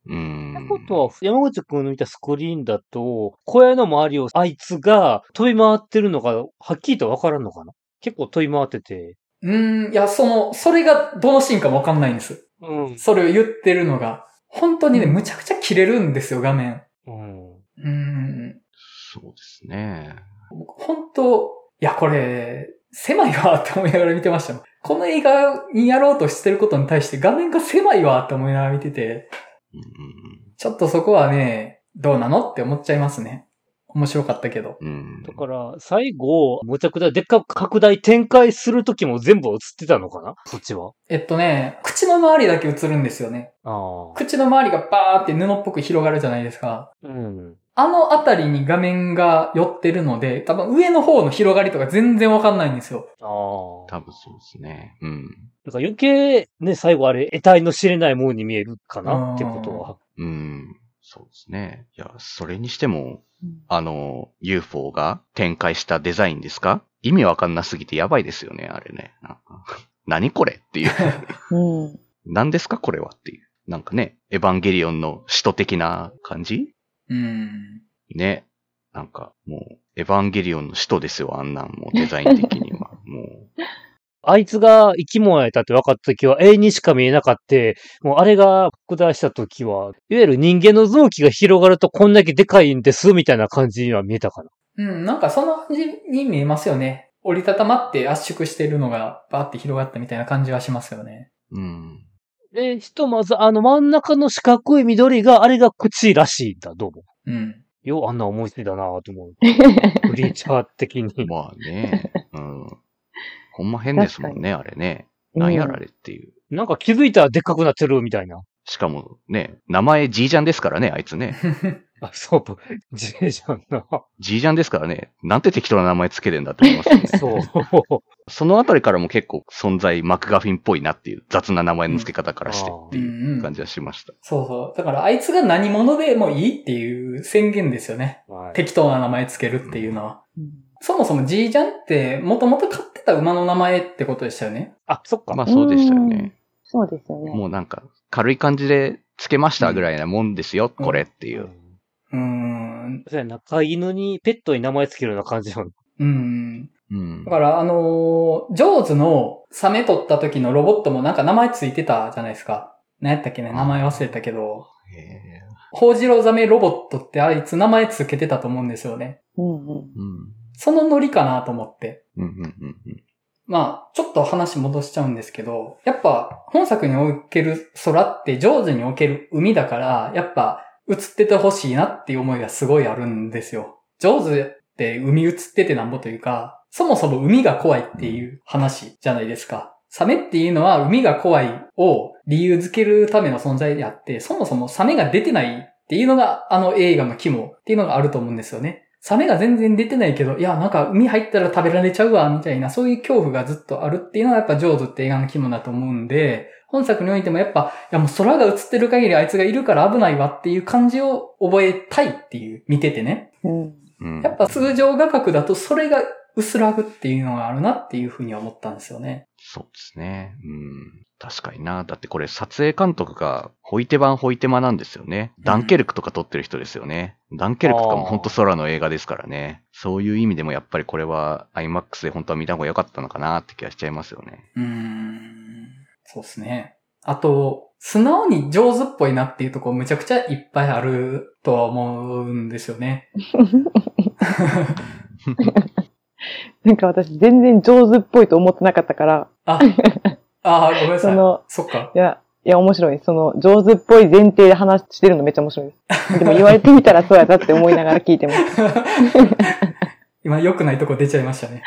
うーん。 ってことは、山口くんの見たスクリーンだと、小屋の周りをあいつが飛び回ってるのが、はっきりとわからんのかな？結構飛び回ってて。 うーん、いや、その、それがどのシーンかもわかんないんです。 うん。 それを言ってるのが。本当にね、 うんむちゃくちゃ切れるんですよ、画面。 うん。 うーん。 そうですね。 僕本当、いや、これ、狭いわって思いながら見てましたもん。この映画にやろうとしてることに対して画面が狭いわって思いながら見てて、 うんうんちょっとそこはね、どうなのって思っちゃいますね。面白かったけど。 うん。うん。 だから、最後、むちゃくちゃでっかく拡大展開するときも全部映ってたのかな？そっちは。 えっとね、口の周りだけ映るんですよね。 ああ。 口の周りがバーって布っぽく広がるじゃないですか。 うん。 あのあたりに画面が寄ってるので、多分上の方の広がりとか全然わかんないんですよ。 ああ。 多分そうですね。うん。 だから余計、ね、最後あれ、得体の知れないものに見えるかうんなってことは。 うん。そうですね。いや、それにしても、 うんあの、ユーフォー が展開したデザインですか？意味わかんなすぎてやばいですよね、あれね。なんか何これっていう。 うん。 何ですかこれはっていう。なんかね、エヴァンゲリオンの使徒的な感じうん。 ね。なんか、もう、エヴァンゲリオンの使徒ですよ、あんなん、もうデザイン的には。もう。 あいつが生き物やったって分かったときは永遠にしか見えなかった。もうあれが拡大したときは、いわゆる人間の臓器が広がるとこんだけでかいんですみたいな感じには見えたかな。 うん、なんかその感じに見えますよね。折りたたまって圧縮してるのがバーって広がったみたいな感じはしますよね。 うん。 で、ひとまずあの真ん中の四角い緑があれが口らしいんだ、どうも。 うん。 ようあんな思いついたなぁと思う。クリーチャー的に。 まあね。うん。ほんま変ですもんね、あれね。 うんなんやられっていう。 なんか気づいたらでっかくなってるみたいな。 しかもね、名前ジージャンですからね、あいつね。 あ、そう、ジェじゃんな。 ジージャンですからね。なんて適当な名前つけてんだって思いますよね。 そう。 そのあたりからも結構存在マクガフィンっぽいなっていう雑な名前の付け方からしてっていう感じはしました。 そうそう。だからあいつが何者でもいいっていう宣言ですよね。 はい、 適当な名前つけるっていうのは。 うんそもそも G ジャンってもともと飼ってた馬の名前ってことでしたよね。 あ、そっか。 まあそうでしたよね。 そうですよね。 もうなんか軽い感じでつけましたぐらいなもんですよ、 うんこれっていう。 うーん。 そうやな、飼い犬にペットに名前つけるような感じなの。 うん。 うんだ。からあのー、ジョーズのサメ取った時のロボットもなんか名前ついてたじゃないですか。何やったっけね、名前忘れたけど。 へホウジロザメロボットってあいつ名前つけてたと思うんですよね。 うんうんーうん。 そのノリかなと思って。 うんうんうんうん。 まあ、ちょっと話戻しちゃうんですけど、やっぱ本作における空って上手における海だから、やっぱ映っててほしいなっていう思いがすごいあるんですよ。上手って海映っててなんぼというか、そもそも海が怖いっていう話じゃないですか。サメっていうのは海が怖いを理由づけるための存在であって、そもそもサメが出てないっていうのがあの映画の肝っていうのがあると思うんですよね。サメが全然出てないけど、いや、なんか海入ったら食べられちゃうわ、みたいな、そういう恐怖がずっとあるっていうのはやっぱジョーズって映画の肝だと思うんで、本作においてもやっぱ、いやもう空が映ってる限りあいつがいるから危ないわっていう感じを覚えたいっていう、見ててね。 うんうん。 やっぱ通常画角だとそれが薄らぐっていうのがあるなっていうふうには思ったんですよね。 そうですね。うん。確かにな。だってこれ撮影監督がホイテ版ホイテマなんですよね。ダンケルクとか撮ってる人ですよね。ダンケルクとかも本当空の映画ですからね。そういう意味でもやっぱりこれは アイマックス で本当は見た方が良かったのかなって気がしちゃいますよね。 うーん。そうですね。あと、素直に上手っぽいなっていうところむちゃくちゃいっぱいあるとは思うんですよね。 なんか私全然上手っぽいと思ってなかったから、 あ、あごめんなさい。 そのそっか。 いや、いや面白い。その上手っぽい前提で話してるのめっちゃ面白いです。でも言われてみたらそうやだって思いながら聞いてます。 今良くないとこ出ちゃいましたね。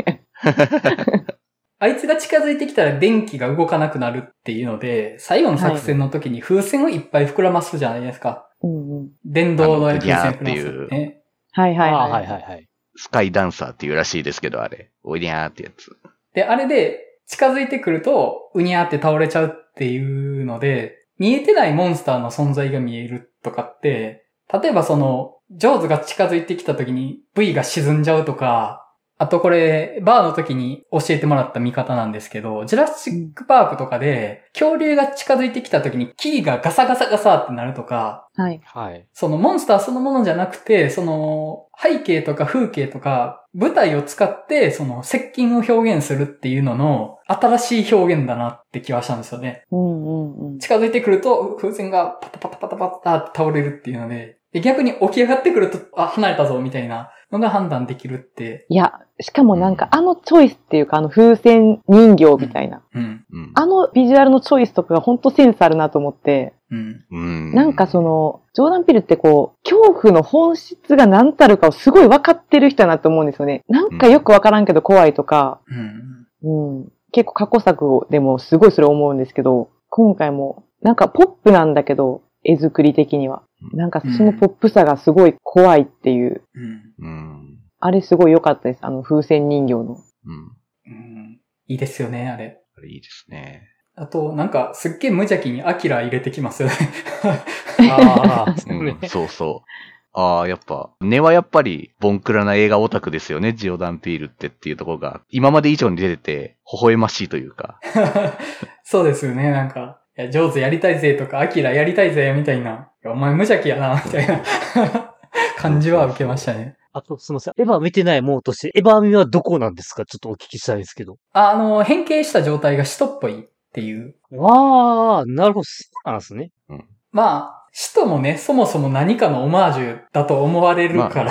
あいつが近づいてきたら電気が動かなくなるっていうので、最後の作戦の時に風船をいっぱい膨らますじゃないですか。 うんうん、 電動の風船あの膨らますね。 はいはいはい。 あはいはいはい。 スカイダンサーっていうらしいですけど、あれ。おいでやーってやつ。 で、あれで近づいてくると、うにゃーって倒れちゃうっていうので、見えてないモンスターの存在が見えるとかって、例えばその、ジョーズが近づいてきた時に V が沈んじゃうとか、 あとこれ、バーの時に教えてもらった見方なんですけど、ジュラシックパークとかで、恐竜が近づいてきた時に木がガサガサガサってなるとか、 はい。 はい。 そのモンスターそのものじゃなくて、その背景とか風景とか舞台を使ってその接近を表現するっていうのの新しい表現だなって気はしたんですよね。 うんうんうん。 近づいてくると風船がパタパタパタパタって倒れるっていうので、で逆に起き上がってくると、あ、離れたぞみたいなのが判断できるって。 いや、しかもなんかあのチョイスっていうかあの風船人形みたいな。 うん。 うん。 あのビジュアルのチョイスとかが本当センスあるなと思って。 うん。 うん。 なんかその、ジョーダン・ピールってこう、恐怖の本質が何たるかをすごい分かってる人だなと思うんですよね。なんかよく分からんけど怖いとか、 うん。 うん、結構過去作でもすごいそれ思うんですけど、今回もなんかポップなんだけど、絵作り的には。なんかそのポップさがすごい怖いっていう。 うん。 うん。 あれすごい良かったです。あの風船人形の。 うん。 うん。いいですよね、あれ。 あれいいですね。 あと、なんか、すっげえ無邪気にアキラ入れてきますよね。 ああ、 うんね。 そうそう。ああ、やっぱ、根はやっぱり、ボンクラな映画オタクですよね、ジオダン・ピールってっていうところが、今まで以上に出てて、微笑ましいというか。 そうですよね、なんか、いや、上手やりたいぜとか、アキラやりたいぜ、みたいな。いやお前無邪気やな、みたいな感じは受けましたね。 あと、すみません。エヴァ見てないものとして、エヴァ見はどこなんですか？ちょっとお聞きしたいんですけど。 あ、あの、変形した状態が使徒っぽいっていう。 ああ、なるほど。そうなんですね。 まあ、使徒もね、そもそも何かのオマージュだと思われるから、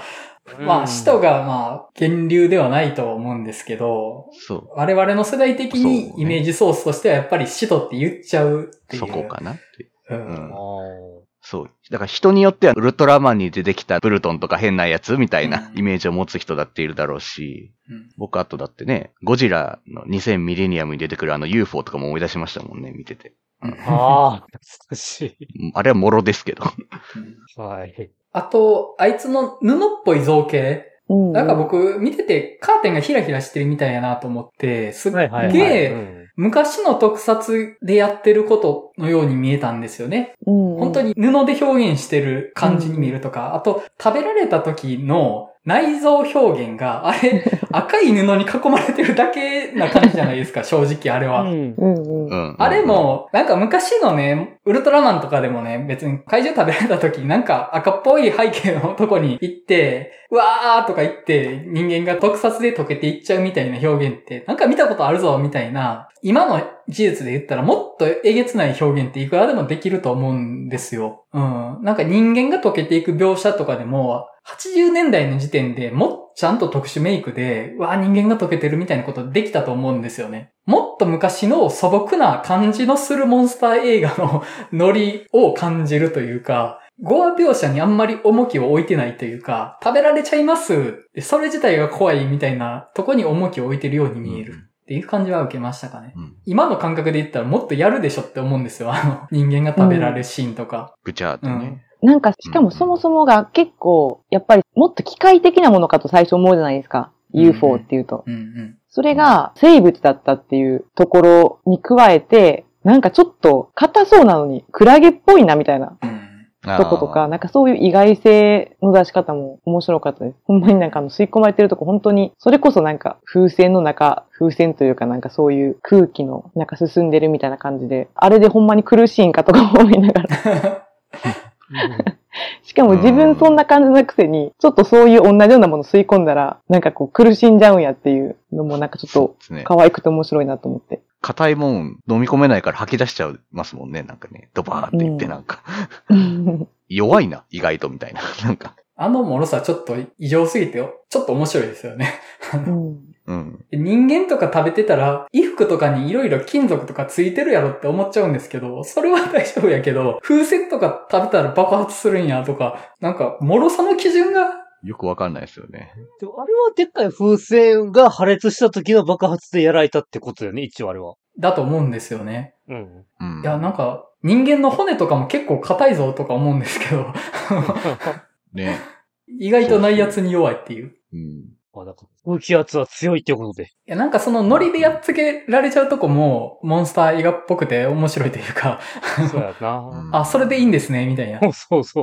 まあ、使徒がまあ、源流ではないとは思うんですけど、 そう。 我々の世代的にイメージソースとしてはやっぱり使徒って言っちゃうっていう。 そこかなって。 う。 うんん。 あそう。だから人によっては、ウルトラマンに出てきたブルトンとか変なやつみたいなうんイメージを持つ人だっているだろうし、 うん僕あとだってね、ゴジラのにせんミレニアムに出てくるあの ユーフォー とかも思い出しましたもんね、見てて。 うんあー、懐かしい。 うんあれはもろですけど。 うんはい。 あと、あいつの布っぽい造形。 うん、 なんか僕見ててカーテンがヒラヒラしてるみたいやなと思って、すっはいはいはい。 げうえん昔の特撮でやってることのように見えたんですよね。 うんうん、 本当に布で表現してる感じに見えるとか、あと食べられた時の内臓表現が、あれ、赤い布に囲まれてるだけな感じじゃないですか、正直あれは。 うん。 うんうん。 うん。 あれも、なんか昔のね、ウルトラマンとかでもね、別に怪獣食べられた時なんか赤っぽい背景のとこに行って、うわーとか言って人間が特撮で溶けていっちゃうみたいな表現ってなんか見たことあるぞみたいな、今の技術で言ったらもっとえげつない表現っていくらでもできると思うんですよ。うん。なんか人間が溶けていく描写とかでも、はちじゅうねんだいの時点でもっとちゃんと特殊メイクで、うわー人間が溶けてるみたいなことできたと思うんですよね。もっと昔の素朴な感じのするモンスター映画のノリを感じるというか、ゴア描写にあんまり重きを置いてないというか、食べられちゃいます。それ自体が怖いみたいなとこに重きを置いてるように見える。っていう感じは受けましたかね。 うん。 今の感覚で言ったらもっとやるでしょって思うんですよ。あの、人間が食べられるシーンとか。 ぐちゃーってね。 なんか、しかもそもそもが結構、やっぱりもっと機械的なものかと最初思うじゃないですか。ユーフォー っていうと。 うんうん。 それが生物だったっていうところに加えて、なんかちょっと硬そうなのにクラゲっぽいなみたいなうんとことか、なんかそういう意外性の出し方も面白かったです。ほんまになんかあの吸い込まれてるとこ本当に、それこそなんか風船の中、風船というかなんかそういう空気の中進んでるみたいな感じで、あれでほんまに苦しいんかとか思いながら。しかも自分そんな感じなくせに、ちょっとそういう同じようなもの吸い込んだら、なんかこう苦しんじゃうんやっていうのもなんかちょっと可愛くて面白いなと思って。 硬いもん飲み込めないから吐き出しちゃいますもんね、なんかね。ドバーって言ってなんか。弱いな、意外とみたいな。なんか。 あの脆さちょっと異常すぎて、ちょっと面白いですよね。 うんうん。 人間とか食べてたら、衣服とかにいろいろ金属とかついてるやろって思っちゃうんですけど、それは大丈夫やけど、風船とか食べたら爆発するんやとか、なんか、脆さの基準が、 よくわかんないですよね。 でもあれはでっかい風船が破裂した時の爆発でやられたってことだよね、一応あれは。 だと思うんですよね。 うん。 うん。 いや、なんか、人間の骨とかも結構硬いぞとか思うんですけど、 ね。 意外と内圧に弱いっていう。 うん。 あ、だから空気圧は強いってことで。 いや、なんかそのノリでやっつけられちゃうとこも、モンスター映画っぽくて面白いというか、 そうやな。 うんあ、それでいいんですね、みたいな。 そうそう。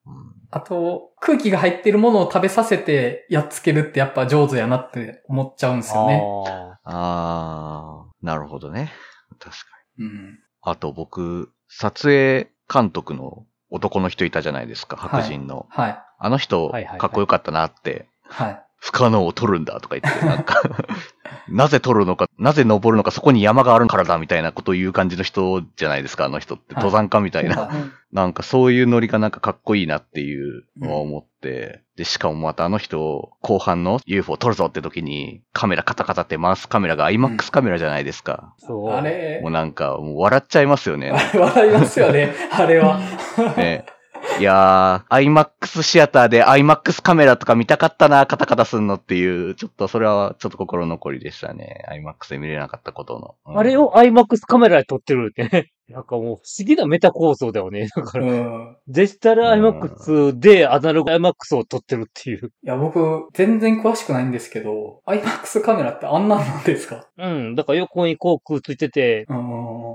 あと、空気が入ってるものを食べさせてやっつけるってやっぱ上手やなって思っちゃうんですよね。 ああー、なるほどね。確かに。 うん。 あと僕、撮影監督の男の人いたじゃないですか、白人の。 はい。 あの人、 はいはいはいかっこよかったなって。 はい。 不可能を取るんだとか言って、なんか、なぜ取るのか、なぜ登るのか、そこに山があるからだみたいなことを言う感じの人じゃないですか、あの人って。 はい登山家みたいな。 はいなんかそういうノリがなんかかっこいいなっていうのを思って、うん、で、しかもまたあの人、後半の ユーフォー 撮るぞって時に、カメラカタカタって回すカメラが アイマックス カメラじゃないですか。 あ。そう。 あれもうなんか、もう笑っちゃいますよね。 笑いますよね、あれは。 ね。いやー、アイマックス シアターで アイマックス カメラとか見たかったな、カタカタすんのっていう、ちょっとそれはちょっと心残りでしたね。アイマックス で見れなかったことの。うん、 あれを アイマックス カメラで撮ってるってね。なんかもう不思議なメタ構造だよね。だから、うん、デジタル アイマックス でアナログ アイマックス を撮ってるっていう。 いや、僕、全然詳しくないんですけど、アイマックス カメラってあんなんなんですか？ うん。だから横にこうくっついてて、 うん、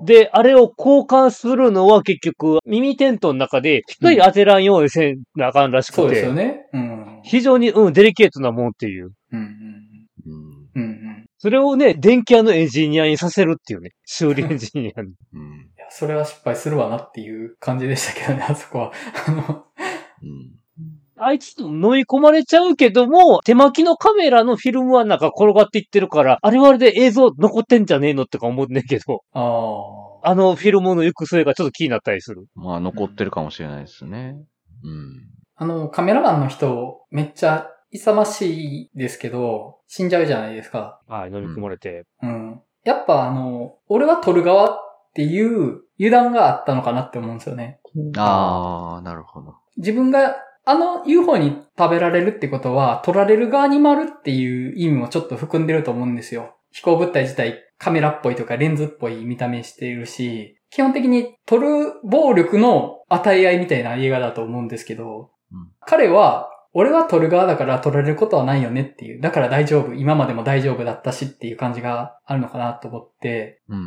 で、あれを交換するのは結局、耳テントの中で光当てらんようにせなあかんらしくて。 そうですよね。うん。 非常に、うん、デリケートなもんっていう。 うんうんうんうんうん、 それをね、電気屋のエンジニアにさせるっていうね。修理エンジニアに。 うん、 いや、それは失敗するわなっていう感じでしたけどね、あそこは。あの、 うん、 あいつと飲み込まれちゃうけども、手巻きのカメラのフィルムはなんか転がっていってるから、あれはあれで映像残ってんじゃねえのってか思うねんけど。 ああのフィルムの行く末がちょっと気になったりする。 まあ残ってるかもしれないですね。うん。 あの、カメラマンの人、めっちゃ勇ましいですけど、死んじゃうじゃないですか。 はい、飲み込まれて。 うん。うん、やっぱあの、俺は撮る側っていう油断があったのかなって思うんですよね。 ああ、なるほど。 自分があの ユーフォー に食べられるってことは、撮られる側に回るっていう意味もちょっと含んでると思うんですよ。飛行物体自体カメラっぽいとかレンズっぽい見た目しているし、基本的に撮る暴力の与え合いみたいな映画だと思うんですけど、うん、彼は、俺は撮る側だから撮られることはないよねっていう。だから大丈夫。今までも大丈夫だったしっていう感じがあるのかなと思って。 うんうんうん、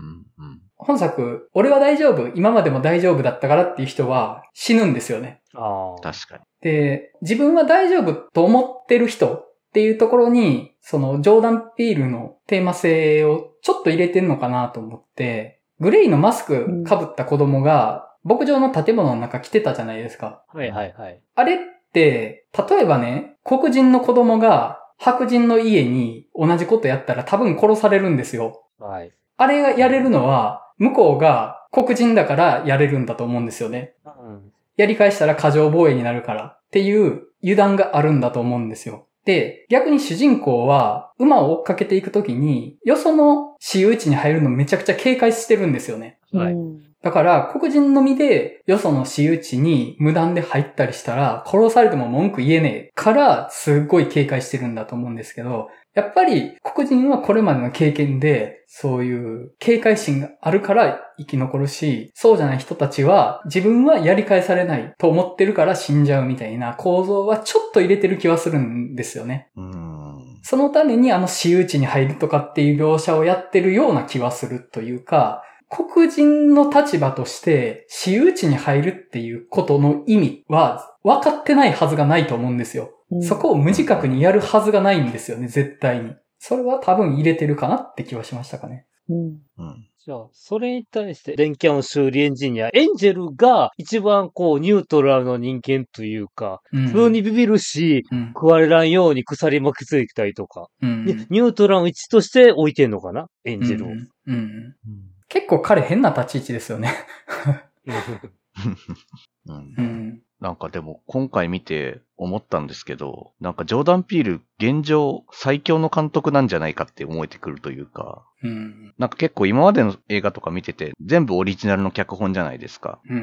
本作、俺は大丈夫。今までも大丈夫だったからっていう人は死ぬんですよね。 ああ。 確かに。 で、自分は大丈夫と思ってる人っていうところに、そのジョーダン・ピールのテーマ性をちょっと入れてんのかなと思って、グレイのマスク被った子供が牧場の建物の中来てたじゃないですか。 はいはいはい。 あれで、例えばね、黒人の子供が白人の家に同じことやったら多分殺されるんですよ。 はい。 あれがやれるのは、向こうが黒人だからやれるんだと思うんですよね。 うん、 やり返したら過剰防衛になるからっていう油断があるんだと思うんですよ。で、逆に主人公は馬を追っかけていくときに、よその私有地に入るのめちゃくちゃ警戒してるんですよね。 はい。 だから、黒人の身で、よその私有地に無断で入ったりしたら、殺されても文句言えねえから、すっごい警戒してるんだと思うんですけど、やっぱり黒人はこれまでの経験で、そういう警戒心があるから生き残るし、そうじゃない人たちは自分はやり返されないと思ってるから死んじゃうみたいな構造はちょっと入れてる気はするんですよね。 うーん、 そのためにあの私有地に入るとかっていう描写をやってるような気はするというか、黒人の立場として私有地に入るっていうことの意味は分かってないはずがないと思うんですよ。うん、そこを無自覚にやるはずがないんですよね、絶対に。それは多分入れてるかなって気はしましたかね。 うん。 うん。 じゃあ、それに対して、電気屋の修理エンジニア、エンジェルが一番こう、ニュートラルの人間というか、うん、普通にビビるし、うん、食われらんように鎖巻きついたりとか、うん、ニュートラルの位置として置いてんのかな、エンジェルを。うんうんうん、結構彼変な立ち位置ですよね。 うんうん、なんかでも今回見て思ったんですけど、なんかジョーダン・ピール現状最強の監督なんじゃないかって思えてくるというか、うん、なんか結構今までの映画とか見てて全部オリジナルの脚本じゃないですか。うんうん、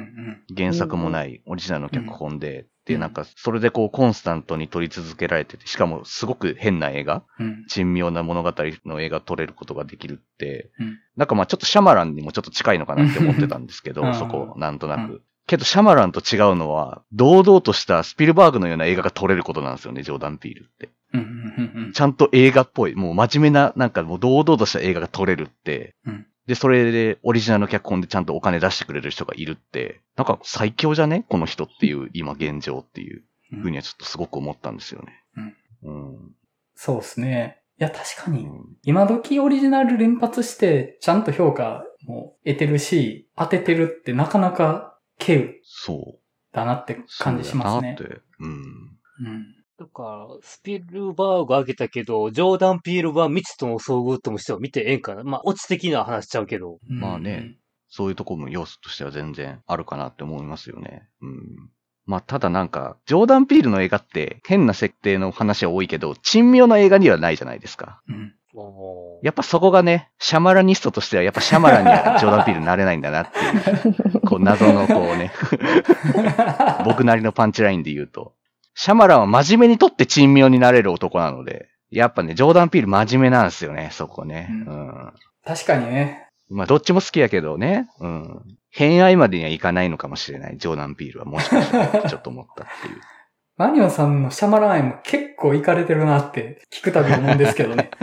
原作もないオリジナルの脚本で、うん、でなんかそれでこうコンスタントに撮り続けられてて、しかもすごく変な映画、うん、珍妙な物語の映画撮れることができるって、うん、なんかまあちょっとシャマランにもちょっと近いのかなって思ってたんですけど、そこなんとなく。うん、けど、シャマランと違うのは、堂々としたスピルバーグのような映画が撮れることなんですよね、ジョーダン・ピールって。 うんうんうん、 ちゃんと映画っぽい、もう真面目な、なんかもう堂々とした映画が撮れるって、うん、 で、それでオリジナルの脚本でちゃんとお金出してくれる人がいるって、なんか最強じゃねこの人っていう今現状っていうふうにはちょっとすごく思ったんですよね。うん。うん、 そうですね。いや、確かに、 うん、 今時オリジナル連発して、ちゃんと評価も得てるし、当ててるってなかなか稀有そうだなって感じしますね。 そうだなって。うん。 うん。 だから、スピルバーグあげたけど、ジョーダン・ピールは未知との遭遇ともしては見てええんかな。まあ、オチ的な話しちゃうけど。 まあね、そういうところも要素としては全然あるかなって思いますよね。うん。まあ、ただなんか、ジョーダン・ピールの映画って変な設定の話は多いけど、珍妙な映画にはないじゃないですか。 うん。 やっぱそこがね、シャマラニストとしてはやっぱシャマランにはジョーダン・ピールになれないんだなっていう、こう謎のこうね、僕なりのパンチラインで言うと、シャマランは真面目にとって珍妙になれる男なので、やっぱね、ジョーダン・ピール真面目なんですよね、そこね。うん。うん、 確かにね。 まあ、どっちも好きやけどね。うん。偏愛までにはいかないのかもしれない。ジョーダン・ピールはもしかしたらちょっと思ったっていう。 マリオンさんのシャマラン愛も結構イカれてるなって聞くたび思うんですけどね。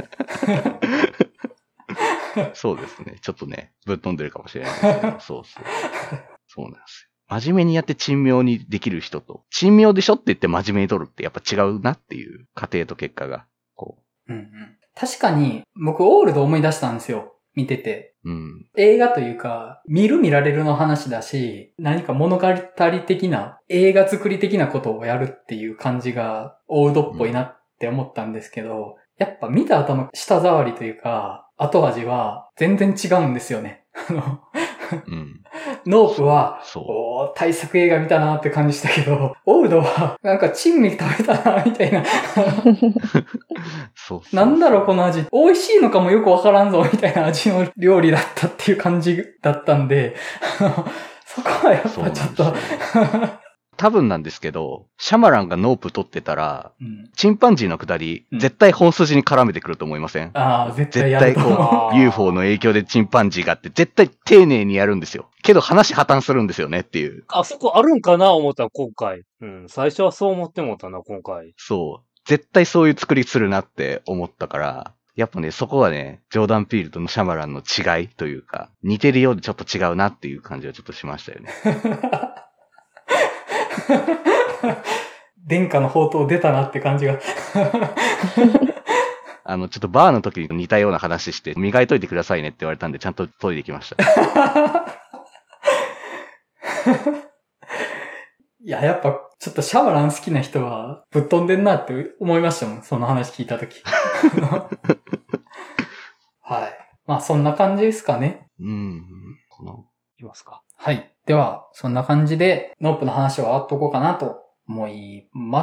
そうですね。ちょっとね、ぶっ飛んでるかもしれないですけど。そうそう。そうなんですよ。真面目にやって珍妙にできる人と、珍妙でしょって言って真面目に撮るってやっぱ違うなっていう過程と結果が、こう。うんうん。確かに、僕オールド思い出したんですよ。見てて。 うん、 映画というか、見る見られるの話だし、何か物語的な、映画作り的なことをやるっていう感じが、オールドっぽいなって思ったんですけど、うん、やっぱ見た後の舌触りというか、後味は全然違うんですよね。あの、うん、ノープは、おー、大作映画見たなって感じしたけど、オールドは、なんか珍味食べたな、みたいな。 そうそうなんだろうこの味。美味しいのかもよくわからんぞ、みたいな味の料理だったっていう感じだったんで、そこはやっぱちょっと。 多分なんですけど、シャマランがノープ撮ってたら、うん、チンパンジーのくだり、 うん、 絶対本筋に絡めてくると思いません？ ああ、絶対やると思う。 絶対こう、ユーフォー の影響でチンパンジーがあって、絶対丁寧にやるんですよ。けど話破綻するんですよねっていう。 あそこあるんかな思った今回。うん。最初はそう思ってもったな、今回。 そう。絶対そういう作りするなって思ったから、やっぱね、そこはね、ジョーダン・ピールとのシャマランの違いというか、似てるようでちょっと違うなっていう感じはちょっとしましたよね。 殿下の宝刀出たなって感じが。 あの、ちょっとバーの時に似たような話して、磨いといてくださいねって言われたんで、ちゃんと研いできました。 いや、やっぱ、ちょっとシャマラン好きな人は、ぶっ飛んでんなって思いましたもん、その話聞いた時。はい。まあ、そんな感じですかね。 うん。この、 いきますか。 はい。では、そんな感じで、ノープの話は終わっとこうかなと思います。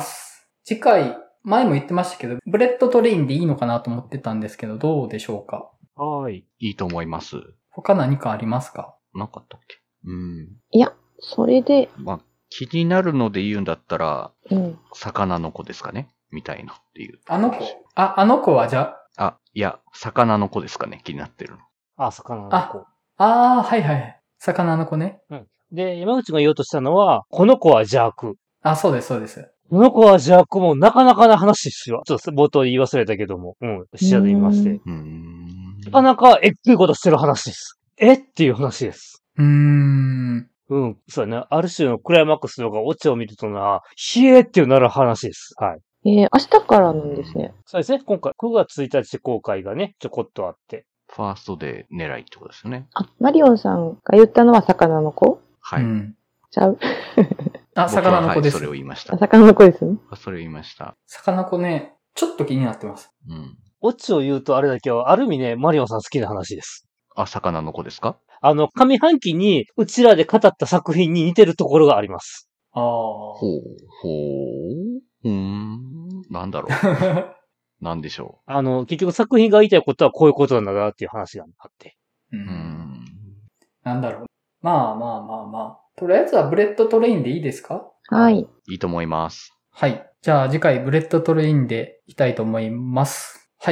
次回、前も言ってましたけど、ブレッドトレインでいいのかなと思ってたんですけど、どうでしょうか？ はい。 いいと思います。 他何かありますか？ なかったっけ？うん。 いや、それで。 まあ、気になるので言うんだったら、 うん。魚の子ですかねみたいなっていう。 あの子あ、あの子はじゃあ、いや、魚の子ですかね気になってるの。 あ、魚の子。ああー、はいはい。魚の子ね。 うん。で、山口が言おうとしたのは、この子は邪悪。 あ、そうです、そうです。 この子は邪悪もなかなかな話ですよ。ちょっと冒頭言い忘れたけども。うん。視野で見まして。 うーん。 なかなかえっくいことしてる話です。えっていう話です。 うーん。 うん。そうね。ある種のクライマックスとかオチを見るとな、ひえーっていうなる話です。はい。 えー、明日からなんですね。 そうですね。今回、くがつついたち公開がね、ちょこっとあって。 ファーストで狙いってことですよね。 あ、マリオンさんが言ったのは魚の子？ はい。うん、 ちゃうあ、魚の子です。 はい、それを言いました。 魚の子ですね。 それを言いました。 魚の子ね、ちょっと気になってます。 うん。 オチを言うとあれだけは、ある意味ね、マリオンさん好きな話です。 あ、魚の子ですか？ あの、上半期に、うちらで語った作品に似てるところがあります。 ああ。 ほう、ほう、うーん、なんだろう。なんでしょう。あの、結局作品が言いたいことはこういうことなんだなっていう話があって。 うん。うんなんだろう。まあまあまあまあ。とりあえずはブレッドトレインでいいですか？ はい。 いいと思います。 はい。じゃあ次回ブレッドトレインでいきたいと思います。はい。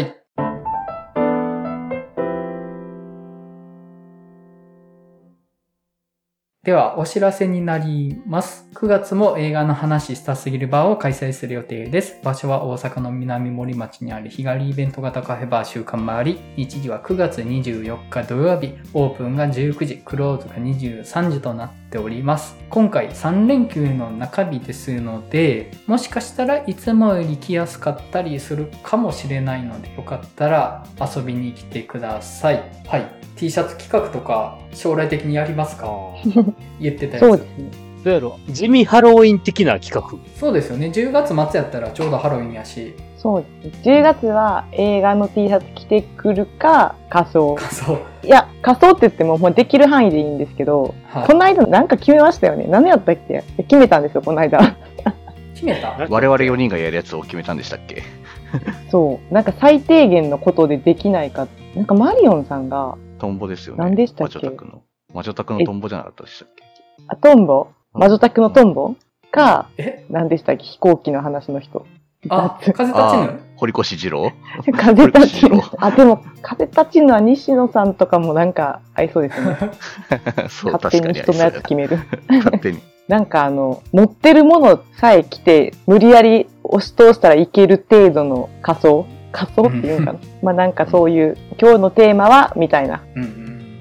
では、お知らせになります。くがつも映画の話したすぎるバーを開催する予定です。場所は大阪の南森町にある日帰りイベント型カフェバー週間回り。日時はくがつにじゅうよっか土曜日。オープンがじゅうくじ、クローズがにじゅうさんじとなっております。今回さんれんきゅうの中日ですので、もしかしたらいつもより来やすかったりするかもしれないので、よかったら遊びに来てください。はい。T シャツ企画とか将来的にやりますか？言ってたやつ。 そうですね。 どうやろう、地味ハロウィン的な企画。 そうですよね。じゅうがつ末やったらちょうどハロウィンやし。 そうですね。じゅうがつは映画の T シャツ着てくるか仮装。 仮装。 いや、仮装って言ってももうできる範囲でいいんですけど、 はい、 この間なんか決めましたよね。何やったっけ？決めたんですよ、この間。 決めた？ 我々よにんがやるやつを決めたんでしたっけ？ そう。なんか最低限のことでできないか。なんかマリオンさんが、 トンボですよね。 何でしたっけ？ 魔女宅の。魔女宅のトンボじゃなかったでしたっけ？ あ、トンボ？魔女宅のトンボか、 え何でしたっけ？飛行機の話の人。 あ、風立ちぬ？ 堀越二郎？ 風立ちぬ。あ、でも、風立ちぬは西野さんとかもなんか合いそうですね。 そう、 勝手に人のやつ決める。 勝手に。 なんかあの、持ってるものさえ来て、無理やり押し通したらいける程度の仮装仮装っていうのかな。まあなんかそういう、今日のテーマは、みたいな。 うんうん。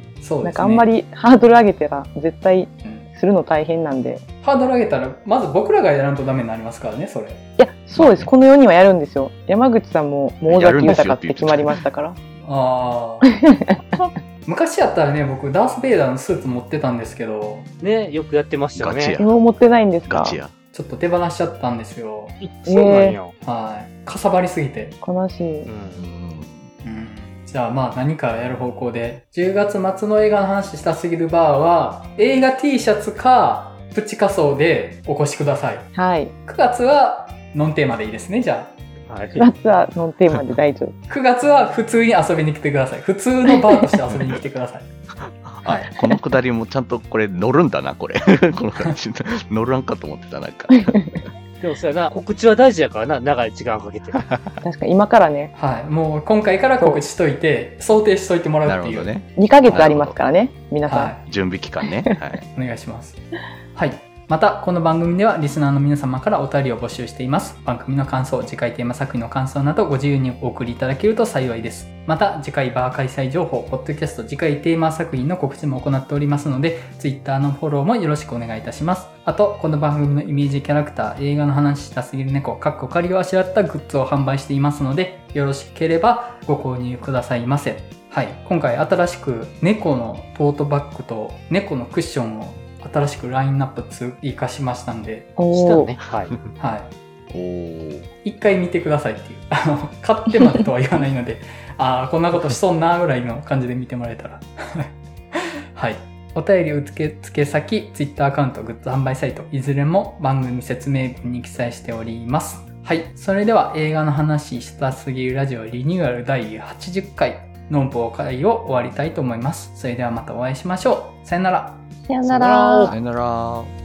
そうですね。 なんかあんまりハードル上げたら絶対するの大変なんで。 ハードル上げたら、まず僕らがやらんとダメになりますからね、それ。いや、そうです。このよにんはやるんですよ。山口さんも、もう尾崎豊って決まりましたから。 ああ。昔やったらね、僕、ダース・ベイダーのスーツ持ってたんですけど。 ね、よくやってましたよね。 今持ってないんですか？ ガチや。 ちょっと手放しちゃったんですよ。 そうなんや。 はい。かさばりすぎて。 悲しい。 うん。 うん、じゃあまあ何かやる方向で。じゅうがつ末の映画の話したすぎるバーは、映画 T シャツか、プチ仮装でお越しください。 はい。 くがつはノンテーマでいいですね、じゃあ。 はい、 くがつはノンテーマで大丈夫。 くがつは普通に遊びに来てください。普通のバーとして遊びに来てください。 はい、このくだりもちゃんとこれ乗るんだな、これ。この感じ。乗らんかと思ってた、なんか。 でもそうやな、告知は大事やからな、長い時間かけて。 確かに今からね。 はい。もう今回から告知しといて、想定しといてもらうっていう。 なるほどね。 にかげつありますからね、皆さん。 はい、 準備期間ね。はい。 お願いします。はい。また、この番組ではリスナーの皆様からお便りを募集しています。番組の感想、次回テーマ作品の感想などご自由にお送りいただけると幸いです。また、次回バー開催情報、ポッドキャスト、次回テーマ作品の告知も行っておりますので、Twitter のフォローもよろしくお願いいたします。あと、この番組のイメージキャラクター、映画の話したすぎる猫、かっこ仮をあしらったグッズを販売していますので、よろしければご購入くださいませ。はい。今回新しく猫のトートバッグと猫のクッションを新しくラインナップ追加しましたんで。 したね。はい。 はい。 お一回見てくださいっていう。あの、買ってまでとは言わないので、ああ、こんなことしそうなぐらいの感じで見てもらえたら。はい。お便り受付先、Twitter アカウント、グッズ販売サイト、いずれも番組説明文に記載しております。はい。それでは映画の話したすぎるラジオリニューアルだいはちじゅっかい、ノンポー会を終わりたいと思います。それではまたお会いしましょう。さよなら。 さよなら。 さよなら。